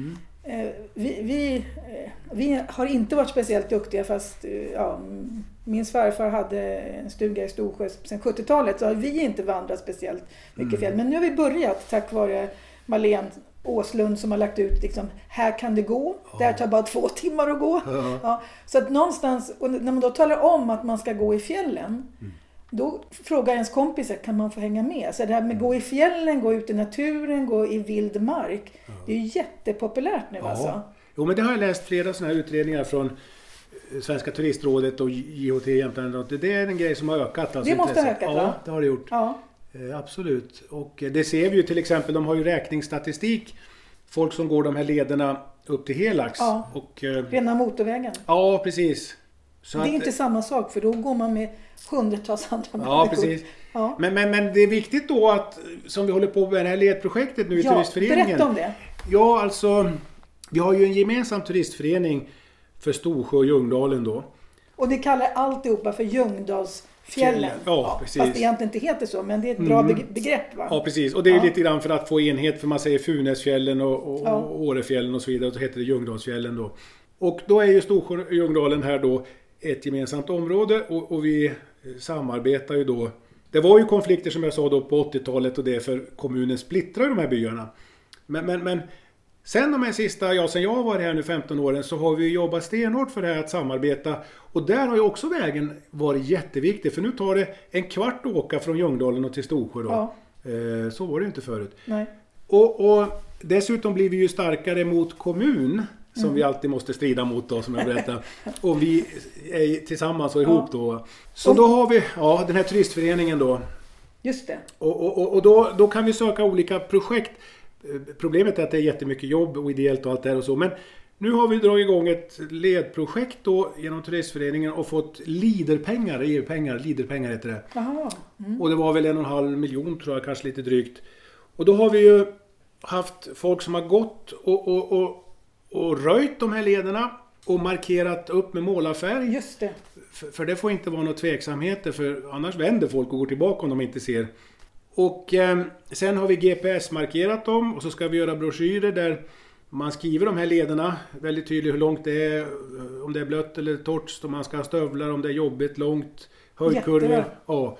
eh, vi, vi, eh, vi har inte varit speciellt duktiga fast eh, ja, min svärfar hade en stuga i Storsjö sedan sjuttiotalet så har vi inte vandrat speciellt mycket mm. fjäll. Men nu har vi börjat tack vare Marlene Åslund som har lagt ut liksom, här kan det gå, ja. Där tar bara två timmar att gå. Ja. Ja, så att någonstans, och när man då talar om att man ska gå i fjällen mm. då frågar ens kompisar, kan man få hänga med? Så det här med mm. gå i fjällen, gå ut i naturen, gå i vild mark, ja. Det är ju jättepopulärt nu ja. Alltså. Jo, men det har jag läst flera sådana här utredningar från Svenska turistrådet och J H T Jämtland. Det är en grej som har ökat. Alltså det måste ha ökat, ja, va? Det har det gjort. Ja. Eh, absolut. Och det ser vi ju till exempel, de har ju räkningsstatistik. Folk som går de här lederna upp till Helax. Ja, och, eh, rena motorvägen. Ja, precis. Så det är att, inte samma sak för då går man med hundratals andra ja, människor. Precis. Ja, men, men, men det är viktigt då att, som vi håller på med det här ledprojektet nu i ja, turistföreningen. Berätta om det. Ja, alltså, vi har ju en gemensam turistförening för Storsjö och Ljungdalen då. Och det kallar alltihopa för Ljungdalsfjällen. Ja, ja, precis. Fast det egentligen inte heter så, men det är ett bra mm. begrepp, va? Ja, precis. Och det är ja. lite grann för att få enhet, för man säger Funäsfjällen och, och, ja. och Årefjällen och så vidare. Och så heter det Ljungdalsfjällen då. Och då är ju Storsjö och Ljungdalen här då ett gemensamt område och, och vi samarbetar ju då. Det var ju konflikter som jag sa då på åttiotalet och det är för kommunen splittrar de här byarna. Men, men, men sen de här sista, ja sen jag har varit här nu femton åren så har vi jobbat stenhårt för det här att samarbeta. Och där har ju också vägen varit jätteviktig. För nu tar det en kvart att åka från Ljungdalen och till Storsjö då. Ja. Eh, så var det inte förut. Nej. Och, och dessutom blir vi ju starkare mot kommun. Som mm. vi alltid måste strida mot då, som jag berättade. Och vi är tillsammans och ihop ja. Då. Så och, då har vi ja, den här turistföreningen då. Just det. Och, och, och då, då kan vi söka olika projekt. Problemet är att det är jättemycket jobb och ideellt och allt det här och så. Men nu har vi dragit igång ett ledprojekt då genom turistföreningen och fått liderpengar, E U-pengar, liderpengar heter det. Aha. Mm. Och det var väl en och en halv miljon tror jag, kanske lite drygt. Och då har vi ju haft folk som har gått och, och, och och röjt de här lederna och markerat upp med målarfärg. Just det. För, för det får inte vara några tveksamheter, för annars vänder folk och går tillbaka om de inte ser. Och eh, sen har vi G P S-markerat dem och så ska vi göra broschyrer där man skriver de här lederna väldigt tydligt hur långt det är, om det är blött eller torrt, om man ska ha stövlar, om det är jobbigt, långt, höjdkurvor. Ja.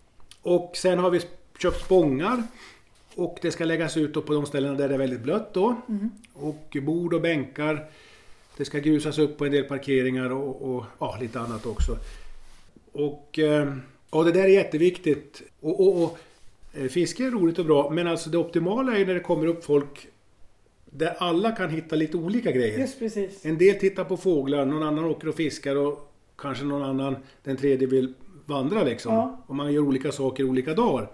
Och sen har vi köpt spångar. Och det ska läggas ut på de ställena där det är väldigt blött då. Mm. Och bord och bänkar. Det ska grusas upp på en del parkeringar och, och ja, lite annat också. Och, och det där är jätteviktigt. Och, och, och fiske är roligt och bra. Men alltså det optimala är när det kommer upp folk där alla kan hitta lite olika grejer. Just precis. En del tittar på fåglar, någon annan åker och fiskar och kanske någon annan, den tredje vill vandra liksom. Ja. Och man gör olika saker olika dagar.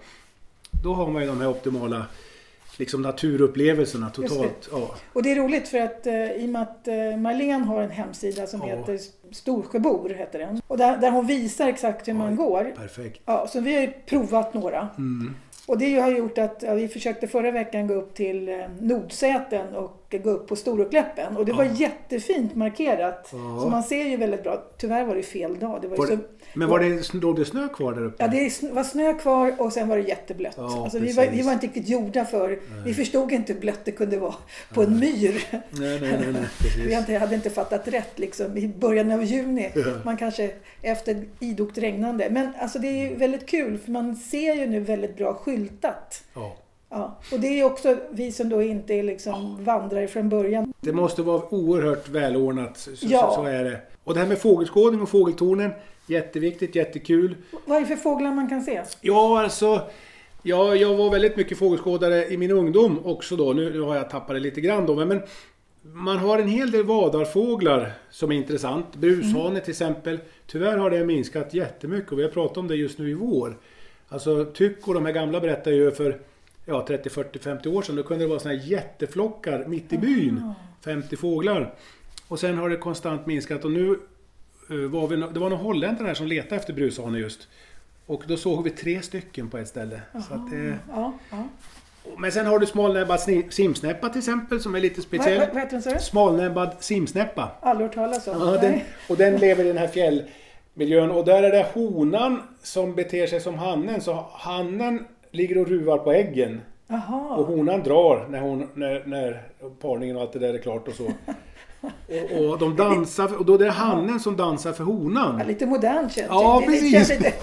Då har man ju de här optimala liksom naturupplevelserna totalt. Ja. Och det är roligt för att eh, i och med att eh, Marlene har en hemsida som ja. heter Storsjöbor heter den. Och där, där hon visar exakt hur ja, man går. Perfekt. Ja, så vi har ju provat några. Mm. Och det har gjort att ja, vi försökte förra veckan gå upp till eh, Nordsäten och gå upp på Storukläppen. Och det var ja. jättefint markerat. Ja. Så man ser ju väldigt bra. Tyvärr var det fel dag. Det var var ju så, det, men var det, låg det snö kvar där uppe? Ja, det var snö kvar och sen var det jätteblött. Ja, alltså, vi, var, vi var inte riktigt gjorda för... Nej. Vi förstod inte hur blött det kunde vara på en myr. Nej, nej, nej. nej vi hade, hade inte fattat rätt liksom, i början av juni. Ja. Man kanske efter idogt regnande. Men alltså, det är ju väldigt kul för man ser ju nu väldigt bra skyltat. Ja. Ja, och det är också vi som då inte är liksom ja. vandrare från början. Det måste vara oerhört välordnat, så, ja. så, så är det. Och det här med fågelskådning och fågeltornen, jätteviktigt, jättekul. Vad är det för fåglar man kan se? Ja, alltså, ja, jag var väldigt mycket fågelskådare i min ungdom också då. Nu, nu har jag tappat det lite grann då, men, men man har en hel del vadarfåglar som är intressant. Brushane mm. till exempel. Tyvärr har det minskat jättemycket och vi har pratat om det just nu i vår. Alltså tyck och de här gamla berättar ju för ja, trettio, fyrtio, femtio år sedan. Då kunde det vara såna här jätteflockar mitt i byn. Mm. femtio fåglar. Och sen har det konstant minskat och nu uh, var vi, det var någon holländare här som letade efter brushane just. Och då såg vi tre stycken på ett ställe. Så att, eh, ja, ja. Men sen har du smalnäbbad simsnäppa till exempel som är lite speciell. Vad, vad heter den så? Smalnäbbad simsnäppa. Aldrig hört talas om. Ja, den, och den lever i den här fjällmiljön. Och där är det honan som beter sig som hannen. Så hannen ligger och ruvar på äggen. Aha. Och honan drar när, hon, när, när parningen och allt det där är klart och så. Och, och de dansar, och då är det hannen som dansar för honan. Ja, lite modernt känns ja, det. Precis. Lite,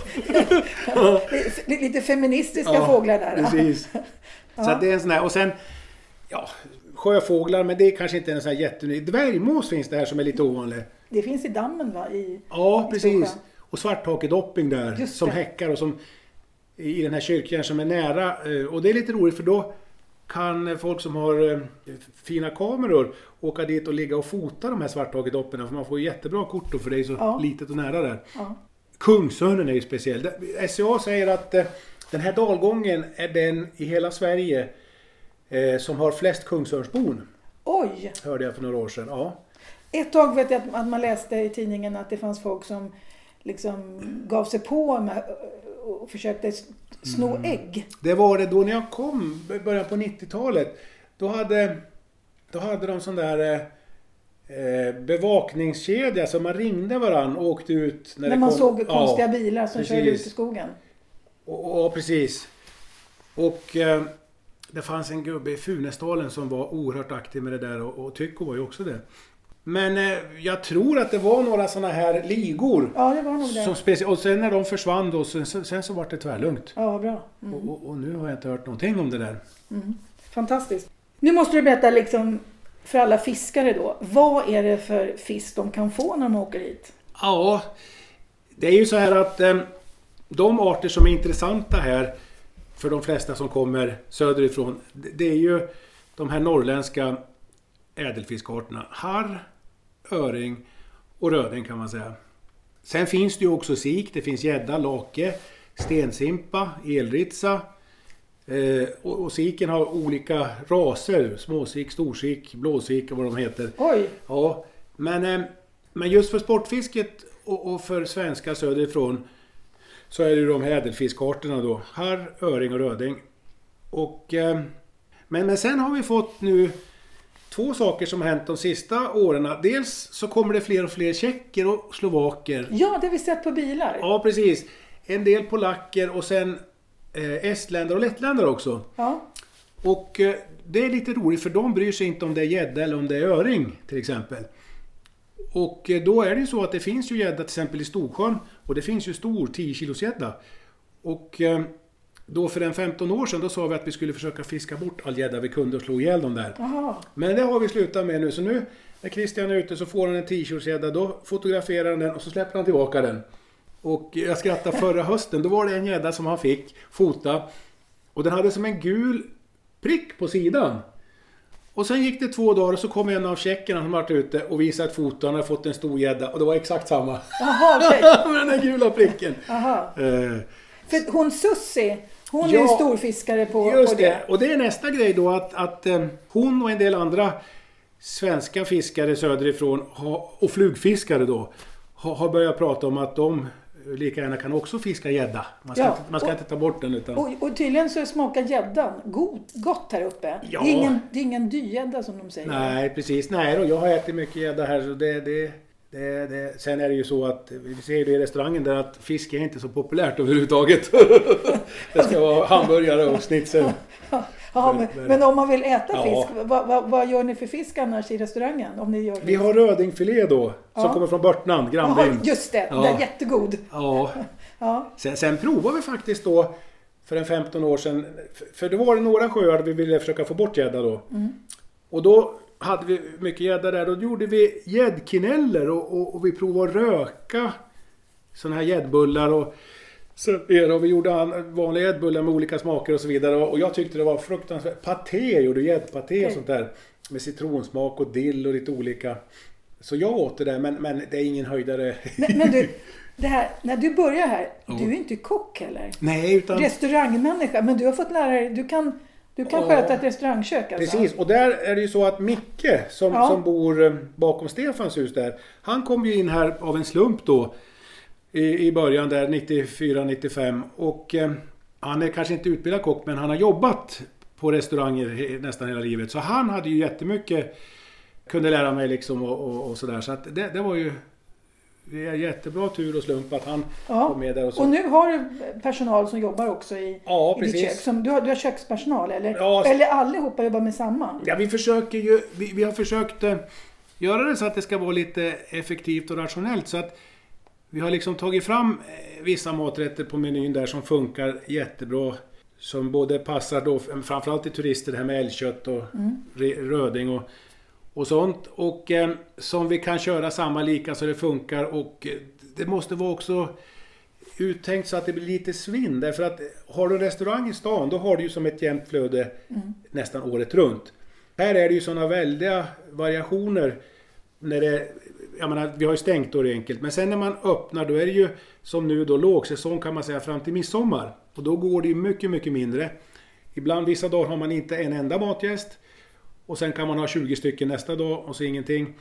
lite, lite feministiska ja, fåglar där. Precis. Ja. Så att det är en sån här, och sen ja, sjöfåglar, men det är kanske inte en sån här jätteunik. Dvärgmås finns det här som är lite ovanlig. Det finns i dammen va? I, ja, i precis. Storsjön. Och svarthakedopping där Just som det. häckar och som i den här kyrkan som är nära. Och det är lite roligt för då kan folk som har fina kameror åka dit och ligga och fota de här svarthakedopperna, för man får jättebra kort då, för det är så ja. litet och nära där. Ja. Kungsörnen är ju speciell. S C A säger att den här dalgången är den i hela Sverige eh, som har flest kungsörnsbon. Oj! Hörde jag för några år sedan, ja. Ett tag vet jag att man läste i tidningen att det fanns folk som liksom gav sig på med och försökte sno mm. ägg. Det var det då när jag kom, början på nittiotalet. Då hade, då hade de sån där eh, bevakningskedja så man ringde varann och åkte ut. När, när det man kom. såg konstiga ja, bilar som precis. körde ut i skogen. Och, och precis. Och eh, det fanns en gubbe i Funäsdalen som var oerhört aktiv med det där, och, och Tycko var ju också det. Men eh, jag tror att det var några såna här ligor. Ja, det var nog det. Som speci- och sen när de försvann då, sen, sen så var det tvärlugnt. Ja, bra. Mm. Och, och, och nu har jag inte hört någonting om det där. Mm. Fantastiskt. Nu måste du berätta liksom för alla fiskare då. Vad är det för fisk de kan få när de åker hit? Ja, det är ju så här att eh, de arter som är intressanta här för de flesta som kommer söderifrån, det, det är ju de här norrländska ädelfiskarterna. Harr, öring och röding kan man säga. Sen finns det ju också sik, det finns gädda, lake, stensimpa, elritsa. Eh, och, och siken har olika raser, småsik, storsik, blåsik och vad de heter. Oj! Ja, men, eh, men just för sportfisket och, och för svenska söderifrån så är det ju de här ädelfiskarterna då. Harr, öring och röding. Och, eh, men, men sen har vi fått nu två saker som har hänt de sista åren. Dels så kommer det fler och fler tjecker och slovaker. Ja, det har vi sett på bilar. Ja, precis. En del polacker och sen eh, estländare och lettländare också. Ja. Och eh, det är lite roligt för de bryr sig inte om det är gädda eller om det är öring till exempel. Och eh, då är det ju så att det finns ju gädda till exempel i Storsjön. Och det finns ju stor tio kilos gädda. Och eh, då för en femton år sedan då sa vi att vi skulle försöka fiska bort all gädda vi kunde och slå ihjäl dem där. Aha. Men det har vi slutat med nu. Så nu när Christian är ute så får han en tio kilos gädda. Då fotograferar han den och så släpper han tillbaka den. Och jag skrattar förra hösten. Då var det en gädda som han fick fota. Och den hade som en gul prick på sidan. Och sen gick det två dagar och så kom en av tjeckerna som varit ute och visade ett foto. Han hade fått en stor gädda och det var exakt samma. Jaha, okej. Med den här gula pricken. Jaha. Eh. För hon Sussi, hon ja, är storfiskare på, just på det. det. Och det är nästa grej då att, att eh, hon och en del andra svenska fiskare söderifrån ha, och flugfiskare då ha, har börjat prata om att de lika gärna kan också fiska gädda. Man ska, ja, inte, man ska och, inte ta bort den. Utan... Och, och tydligen så smakar gäddan god, gott här uppe. Ja. Det är ingen, det är ingen dygädda som de säger. Nej, precis. Nej då, jag har ätit mycket gädda här så det... det... Det, det, sen är det ju så att vi ser det i restaurangen där att fisk är inte så populärt överhuvudtaget. Det ska vara hamburgare och schnitzel. Ja, men, men, men om man vill äta ja. fisk, vad, vad, vad gör ni för fisk annars i restaurangen? Om ni gör vi har rödingfilé då, ja. som kommer från Börtnan, grannbyn. Just det, ja. det är jättegod. Ja. Ja. Sen, sen provar vi faktiskt då för en femton år sedan, för det var det några sjöar vi ville försöka få bort gädda då. Mm. Och då hade vi mycket gädda där. Då gjorde vi gäddkineller och, och, och vi provade att röka såna här gäddbullar och så och vi gjorde vanliga gäddbullar med olika smaker och så vidare. Och jag tyckte det var fruktansvärt. Paté gjorde gäddpaté och sånt där med citronsmak och dill och lite olika. Så jag åt det där, men, men det är ingen höjdare. Men, men du, det här, när du börjar här, ja. du är inte kock heller. Nej, utan... Restaurangmänniska, men du har fått lära dig, du kan... Du kan ja, sköta ett restaurangkök alltså. Precis, och där är det ju så att Micke som, ja. som bor bakom Stefans hus där, han kom ju in här av en slump då i, i början där nittiofyra nittiofem och eh, han är kanske inte utbildad kock men han har jobbat på restauranger nästan hela livet så han hade ju jättemycket kunde lära mig liksom och, och, och sådär så att det, det var ju det är jättebra tur och slump att han ja. var med där. Och, så. Och nu har du personal som jobbar också i, ja, i ditt kök. Som, du, har, du har kökspersonal eller? Ja, eller allihopa jobbar med samma? Ja, vi försöker ju, vi, vi har försökt eh, göra det så att det ska vara lite effektivt och rationellt. Så att vi har liksom tagit fram eh, vissa maträtter på menyn där som funkar jättebra. Som både passar då, framförallt till turister, det här med älgkött och mm. röding och, och sånt. Och eh, som vi kan köra samma lika så det funkar. Och eh, det måste vara också uttänkt så att det blir lite svinn. Därför att har du en restaurang i stan, då har du ju som ett jämnt flöde mm. nästan året runt. Här är det ju sådana väldiga variationer. När det, jag menar, vi har ju stängt då det enkelt. Men sen när man öppnar, då är det ju som nu då lågsäsong kan man säga fram till midsommar. Och då går det ju mycket, mycket mindre. Ibland vissa dagar har man inte en enda matgäst. Och sen kan man ha tjugo stycken nästa dag och så ingenting.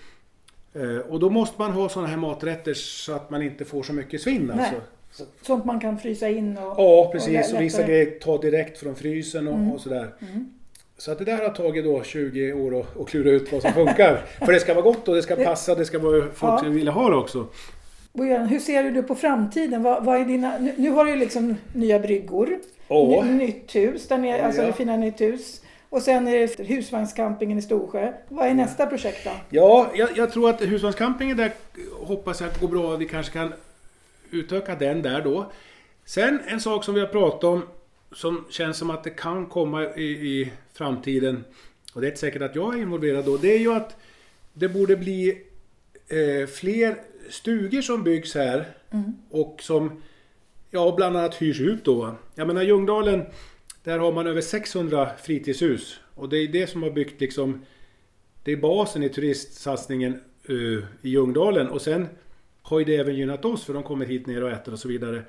Och då måste man ha sådana här maträtter så att man inte får så mycket svinn. Alltså. Så. Sånt man kan frysa in och... Ja, precis. Och, och vissa grejer tar direkt från frysen och, mm. och sådär. Mm. Så att det där har tagit då tjugo år att, att klura ut vad som funkar. För det ska vara gott och det ska passa, det ska vara folk ja. som vill ha det också. Hur ser du på framtiden? Vad, vad är dina, nu, nu har du ju liksom nya bryggor, oh. Ny, nytt hus, där nere, alltså ja. det fina nytt hus. Och sen är det husvagnscampingen i Storsjö. Vad är nästa projekt då? Ja, jag, jag tror att husvagnscampingen där hoppas jag går bra. Vi kanske kan utöka den där då. Sen en sak som vi har pratat om som känns som att det kan komma i, i framtiden, och det är inte säkert att jag är involverad då, det är ju att det borde bli eh, fler stugor som byggs här mm. och som ja, bland annat hyrs ut då. Jag menar Ljungdalen, där har man över sexhundra fritidshus och det är det som har byggt liksom, det är basen i turistsatsningen uh, i Ljungdalen, och sen har ju det även gynnat oss för de kommer hit ner och äter och så vidare.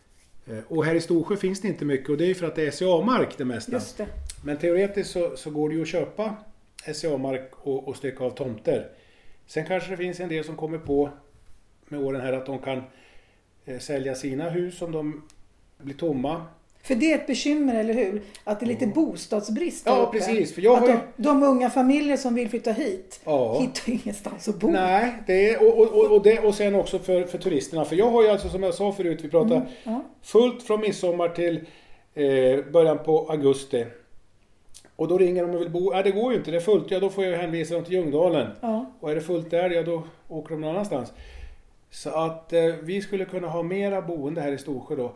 Och här i Storsjö finns det inte mycket, och det är för att det är S C A-mark det mesta. Just det. Men teoretiskt så, så går det ju att köpa S C A-mark och, och stycka av tomter. Sen kanske det finns en del som kommer på med åren här att de kan eh, sälja sina hus om de blir tomma. För det är ett bekymmer, eller hur? Att det är lite bostadsbrist där uppe. Ja, precis. För jag att har ju... de, de unga familjer som vill flytta hit ja. hittar ingenstans att bo. Nej, det är, och, och, och, det, och sen också för, för turisterna. För jag har ju alltså, som jag sa förut, vi pratade mm. ja. fullt från midsommar till eh, början på augusti. Och då ringer de och vill bo. Ja, det går ju inte, det är fullt. Ja, då får jag hänvisa dem till Ljungdalen. Ja. Och är det fullt där, ja då åker de någon annanstans. Så att eh, vi skulle kunna ha mera boende här i Storsjö då.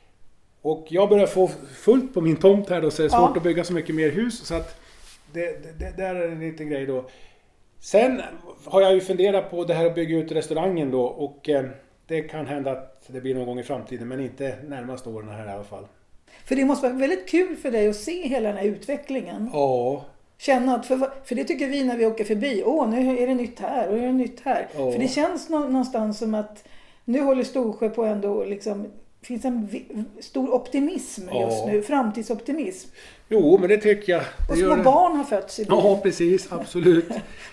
Och jag börjar få fullt på min tomt här då, så det är svårt ja. att bygga så mycket mer hus. Så att det, det, det där är en liten grej då. Sen har jag ju funderat på det här att bygga ut restaurangen då. Och eh, det kan hända att det blir någon gång i framtiden, men inte närmaste åren här i alla fall. För det måste vara väldigt kul för dig att se hela den här utvecklingen. Ja. Känna att, för, för det tycker vi när vi åker förbi. Åh, nu är det nytt här och nu är det nytt här. Ja. För det känns någonstans som att nu håller Storsjö på ändå liksom... Det finns en vi- stor optimism just ja. nu, framtidsoptimism. Jo, men det tycker jag. Det och små det. barn har fötts i byn. Ja, precis, absolut.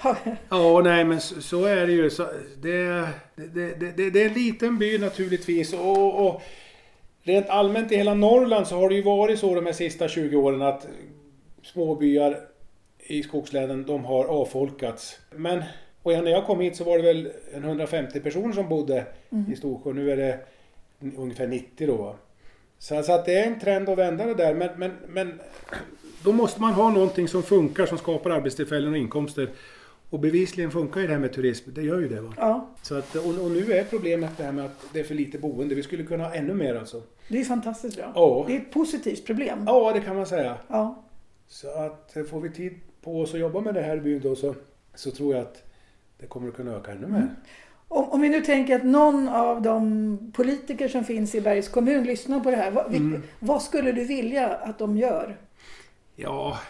ja, nej, men så, så är det ju. Så det, det, det, det, det är en liten by naturligtvis. Och, och rent allmänt i hela Norrland så har det ju varit så de här sista tjugo åren att små byar i skogslänen, de har avfolkats. Men och när jag kom hit så var det väl en hundrafemtio personer som bodde mm. i Storsjö. Nu är det ungefär nittio då. Så, så att det är en trend att vända det där. Men, men, men då måste man ha någonting som funkar, som skapar arbetstillfällen och inkomster. Och bevisligen funkar ju det här med turism. Det gör ju det va? Ja. Så att, och, och nu är problemet det här med att det är för lite boende. Vi skulle kunna ha ännu mer alltså. Det är fantastiskt bra. Ja. Det är ett positivt problem. Ja, det kan man säga. Ja. Så att får vi tid på oss att jobba med det här i byn då, så, så tror jag att det kommer att kunna öka ännu mer. Mm. Om, om vi nu tänker att någon av de politiker som finns i Bergs kommun lyssnar på det här. Vad, mm. vad skulle du vilja att de gör? Ja,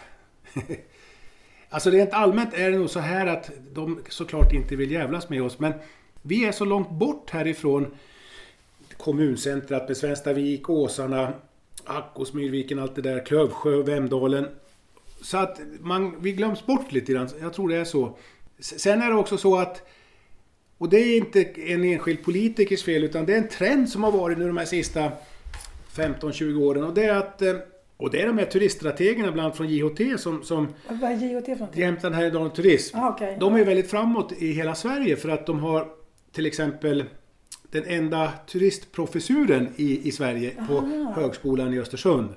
alltså rent allmänt är det nog så här att de såklart inte vill jävlas med oss. Men vi är så långt bort härifrån kommuncentrat med Svenstavik, Åsarna, Akkos, Myrviken, allt det där, Klövsjö, Vemdalen. Så att man, vi glöms bort lite grann. Jag tror det är så. Sen är det också så att, och det är inte en enskild politikers fel, utan det är en trend som har varit nu de här sista femton tjugo åren. Och det är att, och det är de här turiststrategerna bland annat från J H T som, som vad är J H T för någonting? Jämtland Härjedalen Turism. Ah, okay. De är väldigt framåt i hela Sverige för att de har till exempel den enda turistprofessuren i, i Sverige på Aha. högskolan i Östersund.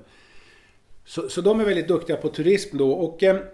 Så, så de är väldigt duktiga på turism då. Och eh,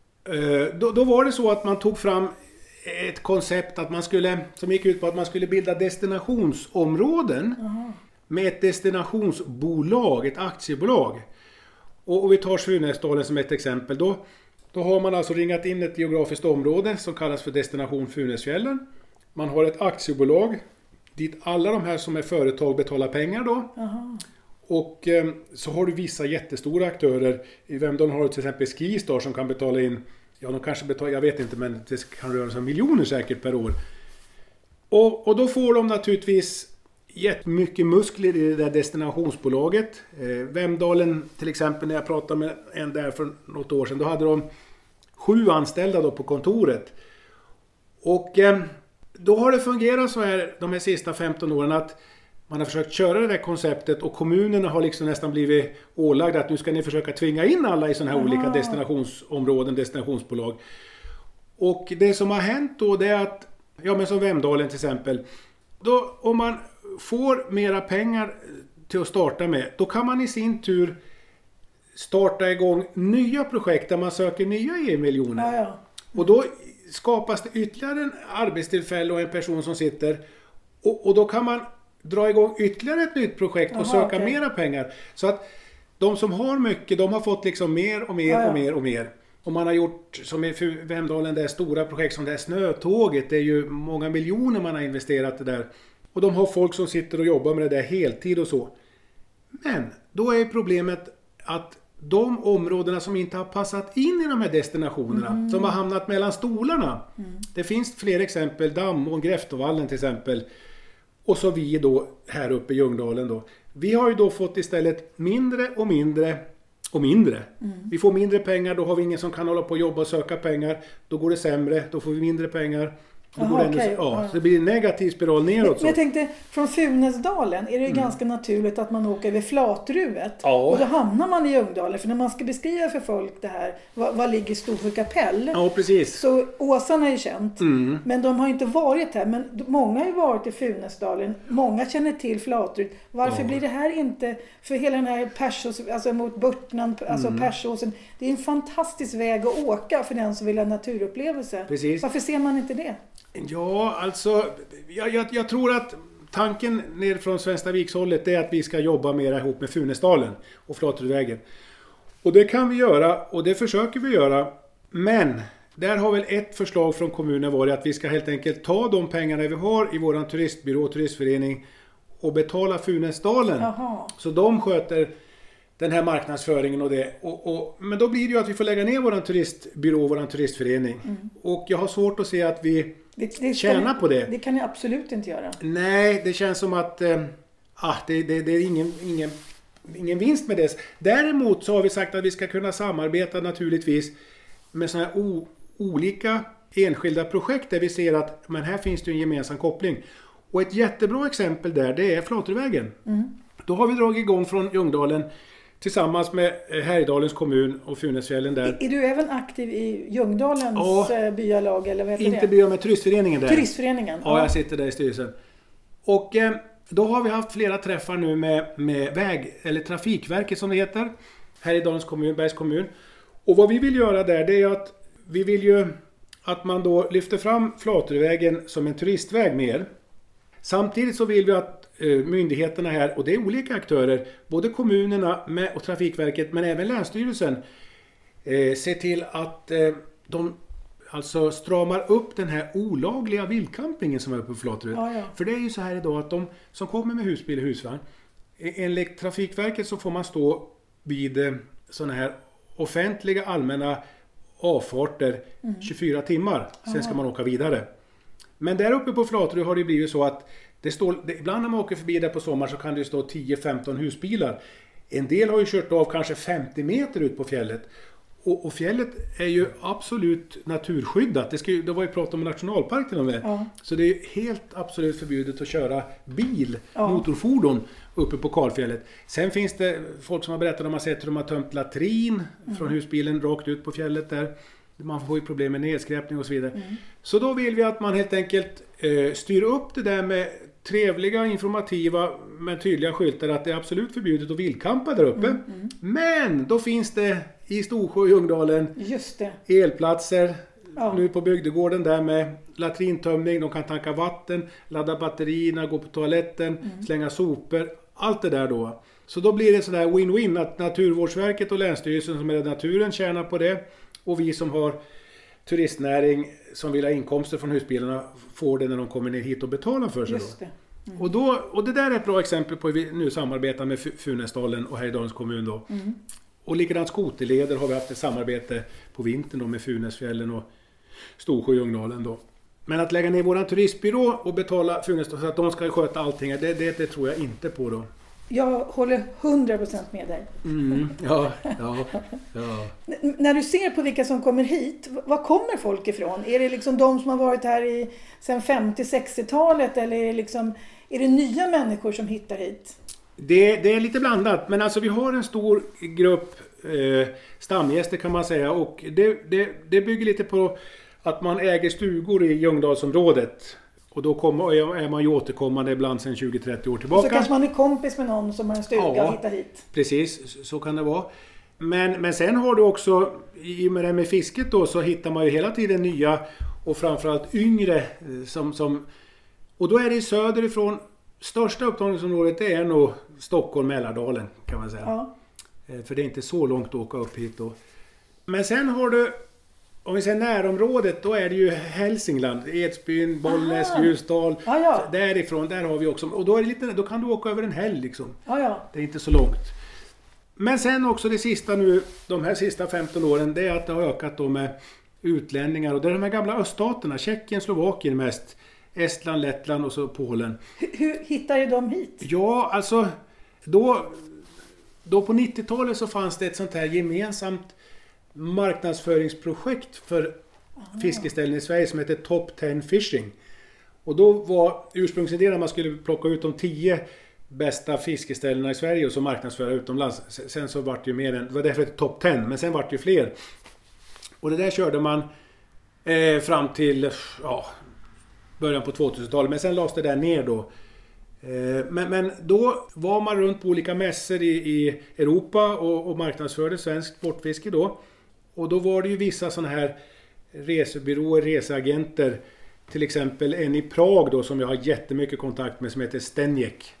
då, då var det så att man tog fram ett koncept att man skulle, som gick ut på att man skulle bilda destinationsområden. Aha. Med ett destinationsbolag, ett aktiebolag. Och, och vi tar Funäsdalen som ett exempel. Då, då har man alltså ringat in ett geografiskt område som kallas för Destination Funäsfjällen. Man har ett aktiebolag dit alla de här som är företag betalar pengar då. Aha. Och eh, så har du vissa jättestora aktörer. I Vemdalen har du till exempel Skistar som kan betala in, ja de kanske betalar, jag vet inte men det kan röra sig om miljoner säkert per år. Och, och då får de naturligtvis jättemycket muskler i det där destinationsbolaget. Eh, Vemdalen till exempel, när jag pratade med en där för något år sedan, då hade de sju anställda då på kontoret. Och eh, då har det fungerat så här de här sista femton åren att man har försökt köra det där konceptet och kommunerna har liksom nästan blivit ålagda att nu ska ni försöka tvinga in alla i sådana här Aha. olika destinationsområden, destinationsbolag. Och det som har hänt då det är att, ja men som Vemdalen till exempel, då om man får mera pengar till att starta med, då kan man i sin tur starta igång nya projekt där man söker nya E U-miljoner. Ja, ja. Och då skapas det ytterligare en arbetstillfälle och en person som sitter och, och då kan man dra igång ytterligare ett nytt projekt och Aha, söka okay. mera pengar. Så att de som har mycket, de har fått liksom mer och mer ja, ja. och mer och mer. Och man har gjort, som i Vemdalen, det stora projekt som det här snötåget, det är ju många miljoner man har investerat i det där. Och de har folk som sitter och jobbar med det där heltid och så. Men då är problemet att de områdena som inte har passat in i de här destinationerna, mm. som har hamnat mellan stolarna. Mm. Det finns fler exempel, Damm och Gräftovallen till exempel. Och så vi då här uppe i Ljungdalen då. Vi har ju då fått istället mindre och mindre och mindre. Mm. Vi får mindre pengar, då har vi ingen som kan hålla på och jobba och söka pengar. Då går det sämre, då får vi mindre pengar. Aha, okay. ja, ja. Så det blir en negativ spiral neråt. Men jag tänkte, från Funäsdalen är det ju mm. ganska naturligt att man åker över Flatruvet. Ja. Och då hamnar man i Ljungdalen. För när man ska beskriva för folk det här, vad, vad ligger Storsjö kapell? Ja, precis. Så Åsarna är ju känt. Mm. Men de har inte varit här. Men många har ju varit i Funäsdalen. Många känner till Flatruvet. Varför ja. blir det här inte, för hela den här Persås, alltså mot Burtnan, alltså mm. Persåsen. Det är en fantastisk väg att åka för den som vill ha naturupplevelse. Precis. Varför ser man inte det? Ja, alltså jag, jag, jag tror att tanken ner från Svenstavikshållet är att vi ska jobba mer ihop med Funäsdalen och Flatrudvägen. Och det kan vi göra och det försöker vi göra. Men där har väl ett förslag från kommunen varit att vi ska helt enkelt ta de pengarna vi har i våran turistbyrå och turistförening och betala Funäsdalen. Jaha. Så de sköter den här marknadsföringen och det. Och, och, men då blir det ju att vi får lägga ner våran turistbyrå och våran turistförening. Mm. Och jag har svårt att se att vi det, det tjänar på det. Det kan ni absolut inte göra. Nej, det känns som att eh, ah, det, det, det är ingen, ingen, ingen vinst med det. Däremot så har vi sagt att vi ska kunna samarbeta naturligtvis med sådana här o, olika enskilda projekt där vi ser att men här finns det en gemensam koppling. Och ett jättebra exempel där, det är Flatruvägen. Mm. Då har vi dragit igång från Ljungdalen tillsammans med Härjedalens kommun och Funäsfjällen där. Är du även aktiv i Ljungdalens ja, byalag eller vad heter inte det? Inte bya med turistföreningen där. Turistföreningen? Ja, ja, jag sitter där i styrelsen. Och eh, då har vi haft flera träffar nu med, med väg, eller Trafikverket som det heter. Härjedalens kommun, Bergs kommun. Och vad vi vill göra där, det är att vi vill ju att man då lyfter fram Flatruvägen som en turistväg mer. Samtidigt så vill vi att myndigheterna här, och det är olika aktörer, både kommunerna med och Trafikverket men även Länsstyrelsen, eh, ser till att eh, de alltså stramar upp den här olagliga vildcampingen som är uppe på Flatruvet. Ja, ja. För det är ju så här idag att de som kommer med husbil och husvagn, enligt Trafikverket så får man stå vid eh, sådana här offentliga allmänna avfarter mm. tjugofyra timmar, sen ja. ska man åka vidare. Men där uppe på Flatruvet har det blivit så att det står, det, ibland när man åker förbi där på sommar så kan det stå tio femton husbilar. En del har ju kört av kanske femtio meter ut på fjället. Och, och fjället är ju absolut naturskyddat. Det, ska ju, det var ju prat om nationalpark till och med. Ja. Så det är helt absolut förbjudet att köra bil, ja. motorfordon uppe på kalfjället. Sen finns det folk som har berättat om att sett hur de har tömt latrin mm. från husbilen rakt ut på fjället där. Man får ju problem med nedskräpning och så vidare. Mm. Så då vill vi att man helt enkelt eh, styr upp det där med trevliga, informativa men tydliga skyltar att det är absolut förbjudet att vildkampa där uppe. Mm, mm. Men då finns det i Storsjö och Ljungdalen Just det. elplatser. Ja. Nu på bygdegården där med latrintömning, de kan tanka vatten, ladda batterierna, gå på toaletten, mm. slänga sopor. Allt det där då. Så då blir det sådär win-win att Naturvårdsverket och Länsstyrelsen som är naturen tjänar på det. Och vi som har turistnäring som vill ha inkomster från husbilarna får det när de kommer ner hit och betalar för sig. Just då. det. Mm. Och, då, och det där är ett bra exempel på hur vi nu samarbetar med Funäsdalen och Härjedalens kommun då. Mm. Och likadant skoterleder har vi haft ett samarbete på vintern då med Funäsfjällen och Storsjö och Ljungdalen då. Men att lägga ner våran turistbyrå och betala Funäsdalen så att de ska sköta allting, det, det, det tror jag inte på då. Jag håller hundra procent med dig. Mm, ja, ja, ja. N- när du ser på vilka som kommer hit, var kommer folk ifrån? Är det liksom de som har varit här i, sedan femtio-sextiotalet eller är det, liksom, är det nya människor som hittar hit? Det, det är lite blandat, men alltså vi har en stor grupp eh, stamgäster kan man säga och det, det, det bygger lite på att man äger stugor i Ljungdalsområdet. Och då kommer, är man ju återkommande ibland sedan tjugo till trettio år tillbaka. Och så kanske man är kompis med någon som har en stuga ja, och hittar hit. Precis, så kan det vara. Men, men sen har du också, i och med det med fisket då, så hittar man ju hela tiden nya och framförallt yngre. Som, som, och då är det söderifrån, största upptagningsområdet är nog Stockholm, Mälardalen kan man säga. Ja. För det är inte så långt att åka upp hit då. Men sen har du, om vi säger närområdet, då är det ju Hälsingland, Edsbyn, Bollnäs, Aha. Ljusdal. Ja, ja. Därifrån, där har vi också. Och då, är det lite, då kan du åka över en helg liksom. Ja, ja. Det är inte så långt. Men sen också det sista nu, de här sista femton åren, det är att det har ökat då med utlänningar. Och det är de här gamla öststaterna, Tjeckien, Slovakien mest. Estland, Lettland och så Polen. Hur, hur hittar ju de hit? Ja, alltså då, då på nittiotalet så fanns det ett sånt här gemensamt marknadsföringsprojekt för Aha. fiskeställen i Sverige som heter Top tio Fishing. Och då var ursprungsidén att man skulle plocka ut de tio bästa fiskeställena i Sverige och så marknadsföra utomlands. Sen så var det ju mer än, det var därför det Top tio, men sen var det ju fler. Och det där körde man eh, fram till ja, början på tvåtusentalet, men sen lades det där ner då. Eh, men, men då var man runt på olika mässor i, i Europa och, och marknadsförde svensk sportfiske då. Och då var det ju vissa sådana här resebyråer, reseagenter. Till exempel en i Prag då som jag har jättemycket kontakt med som heter Stenjek.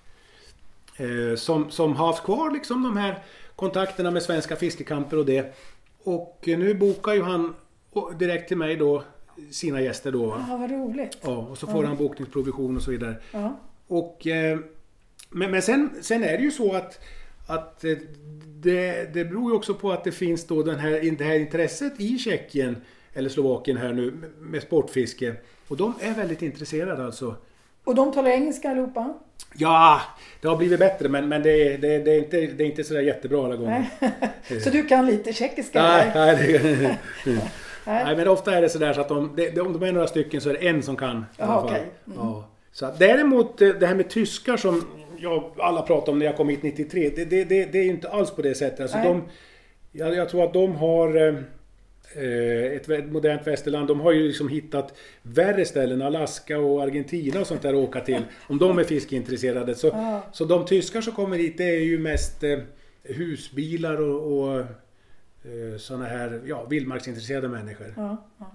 Eh, som, som har haft kvar liksom de här kontakterna med svenska fiskekamper och det. Och nu bokar ju han direkt till mig då sina gäster då. Ja, vad roligt. Ja, och så får ja. han bokningsprovision och så vidare. Ja. Och, eh, men men sen, sen är det ju så att, att det, det beror ju också på att det finns då den här, det här intresset i Tjeckien eller Slovakien här nu med sportfiske. Och de är väldigt intresserade alltså. Och de talar engelska allihopa? Ja, det har blivit bättre men, men det, det, det, är inte, det är inte sådär jättebra alla gånger. Så du kan lite tjeckiska? Nej, nej, det, nej, men ofta är det sådär så att de, det, om de är några stycken så är det en som kan. Jaha, okej. Mm. Ja. Så att däremot det här med tyskar som jag, alla pratar om när jag kom hit nittiotre, det, det, det, det är ju inte alls på det sättet. Alltså de, jag, jag tror att de har eh, ett modernt västerland, de har ju liksom hittat värre ställen, Alaska och Argentina och sånt där att åka till, om de är fiskeintresserade. Så, ja. så de tyskar som kommer hit, det är ju mest eh, husbilar och, och eh, såna här ja, vildmarksintresserade människor. Ja, ja.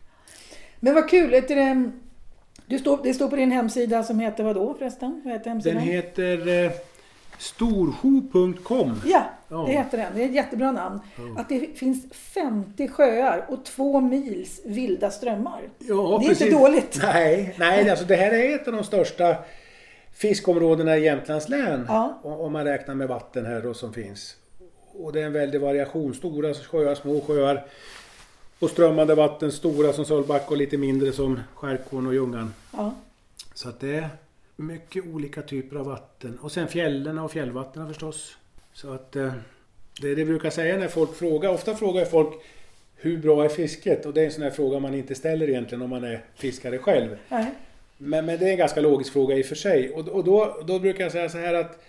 Men vad kul, heter det... Du står, det står på din hemsida som heter vad då förresten? Vad heter hemsidan? Den heter eh, storsjo punkt com. Ja, ja, det heter den. Det är ett jättebra namn. Ja. Att det finns femtio sjöar och två mils vilda strömmar. Ja, det är precis. inte dåligt. Nej, nej alltså det här är ett av de största fiskområdena i Jämtlands län. Ja. Om man räknar med vatten här då som finns. Och det är en väldig variation. Stora sjöar, små sjöar. Och strömmande vatten, stora som Sölvbacka och lite mindre som Skärkån och Ljungan. Ja. Så att det är mycket olika typer av vatten. Och sen fjällen och fjällvatten förstås. Så att det är det vi brukar säga när folk frågar. Ofta frågar folk hur bra är fisket? Och det är en sån här fråga man inte ställer egentligen om man är fiskare själv. Nej. Men, men det är en ganska logisk fråga i och för sig. Och, och då, då brukar jag säga så här att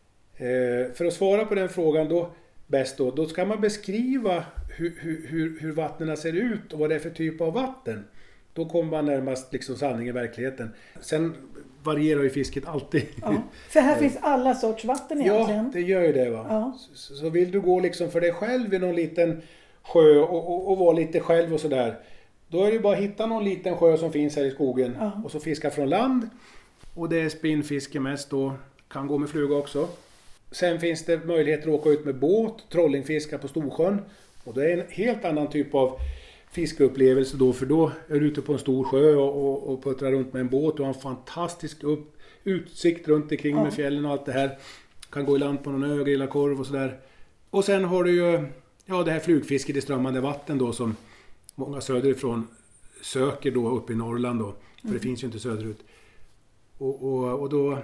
eh, för att svara på den frågan då bäst då, då ska man beskriva hur, hur, hur vattnen ser ut och vad det är för typ av vatten. då kommer man närmast liksom sanning i verkligheten. Sen varierar ju fisket alltid. Ja, för här finns alla sorts vatten egentligen. Ja, det gör ju det va. Ja. Så, så vill du gå liksom för dig själv i någon liten sjö och, och, och vara lite själv och sådär. Då är det ju bara att hitta någon liten sjö som finns här i skogen. Ja. Och så fiska från land. Och det är spinnfiske mest då. Kan gå med fluga också. Sen finns det möjligheter att åka ut med båt, trollingfiska på Storsjön. Och det är en helt annan typ av fiskeupplevelse då, för då är du ute på en stor sjö och, och, och puttrar runt med en båt och har en fantastisk upp, utsikt runt omkring Ja. med fjällen och allt det här. Kan gå i land på någon ö, grilla korv och sådär. Och sen har du ju ja, det här flugfisket i strömmande vatten då som många söderifrån söker då upp i Norrland då. För Mm. det finns ju inte söderut. Och, och, och då...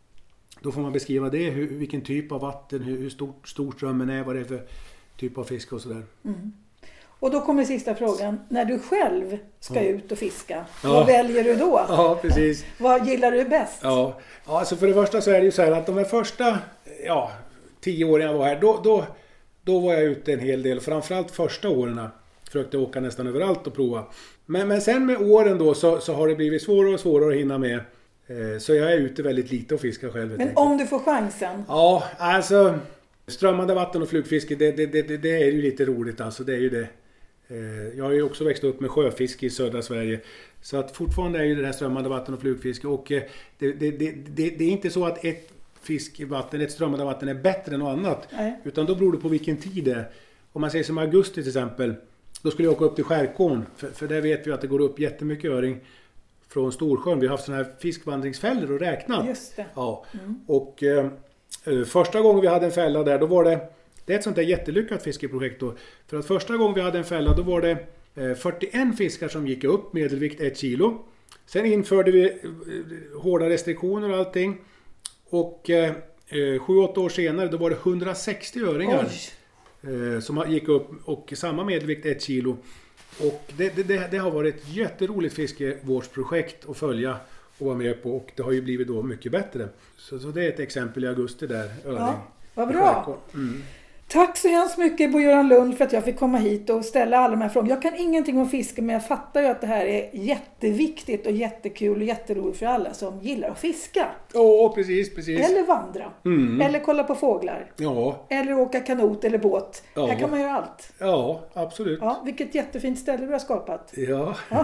Då får man beskriva det, hur, vilken typ av vatten, hur, hur stor, stor strömmen är, vad det är för typ av fiske och sådär. Mm. Och då kommer sista frågan. När du själv ska Ja. ut och fiska, Ja. vad väljer du då? Ja, precis. Vad gillar du bäst? Ja, ja alltså för det första så är det ju så här att de här första ja, tio åren jag var här, då, då, då var jag ute en hel del. Framförallt första åren försökte åka nästan överallt och prova. Men, men sen med åren då så, så har det blivit svårare och svårare att hinna med. Så jag är ute väldigt lite och fiskar själv. Men om du får chansen? Ja, alltså strömmande vatten och flugfiske, det, det, det, det är ju lite roligt alltså, det är ju det. Jag har ju också växt upp med sjöfiske i södra Sverige. Så att fortfarande är ju det här strömmande vatten och flugfiske. Och det, det, det, det, det är inte så att ett fiskvatten, ett strömmande vatten är bättre än något annat. Nej. Utan då beror det på vilken tid det är. Om man säger som augusti till exempel, då skulle jag åka upp till Skärkån. För, för där vet vi att det går upp jättemycket öring från Storsjön. Vi har haft sådana här fiskvandringsfällor och räknat. Just det. Ja. Mm. Och eh, första gången vi hade en fälla där, då var det, det är ett sånt där jättelyckat fiskeprojekt då. För att första gången vi hade en fälla, då var det eh, fyrtioen fiskar som gick upp, medelvikt ett kilo. Sen införde vi eh, hårda restriktioner och allting. Och eh, sju åtta år senare, då var det hundrasextio öringar eh, som gick upp och samma medelvikt ett kilo. Och det, det, det, det har varit ett jätteroligt fiskevårdsprojekt att följa och vara med på, och det har ju blivit då mycket bättre. Så, så det är ett exempel i augusti där, öring. Ja, vad bra. Mm. Tack så hemskt mycket Bo-Göran Lund för att jag fick komma hit och ställa alla de här frågorna. Jag kan ingenting om fiske, men jag fattar ju att det här är jätteviktigt och jättekul och jätteroligt för alla som gillar att fiska. Ja, oh, precis, precis. Eller vandra. Mm. Eller kolla på fåglar. Ja. Eller åka kanot eller båt. Ja. Här kan man göra allt. Ja, absolut. Ja, vilket jättefint ställe du har skapat. Ja. Ja.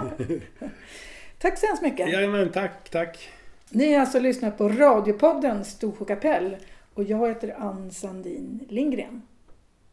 Tack så hemskt mycket. Jajamän, tack, tack. Ni har alltså lyssnat på radiopodden Storsjö kapell och jag heter Ann Sandin Lindgren.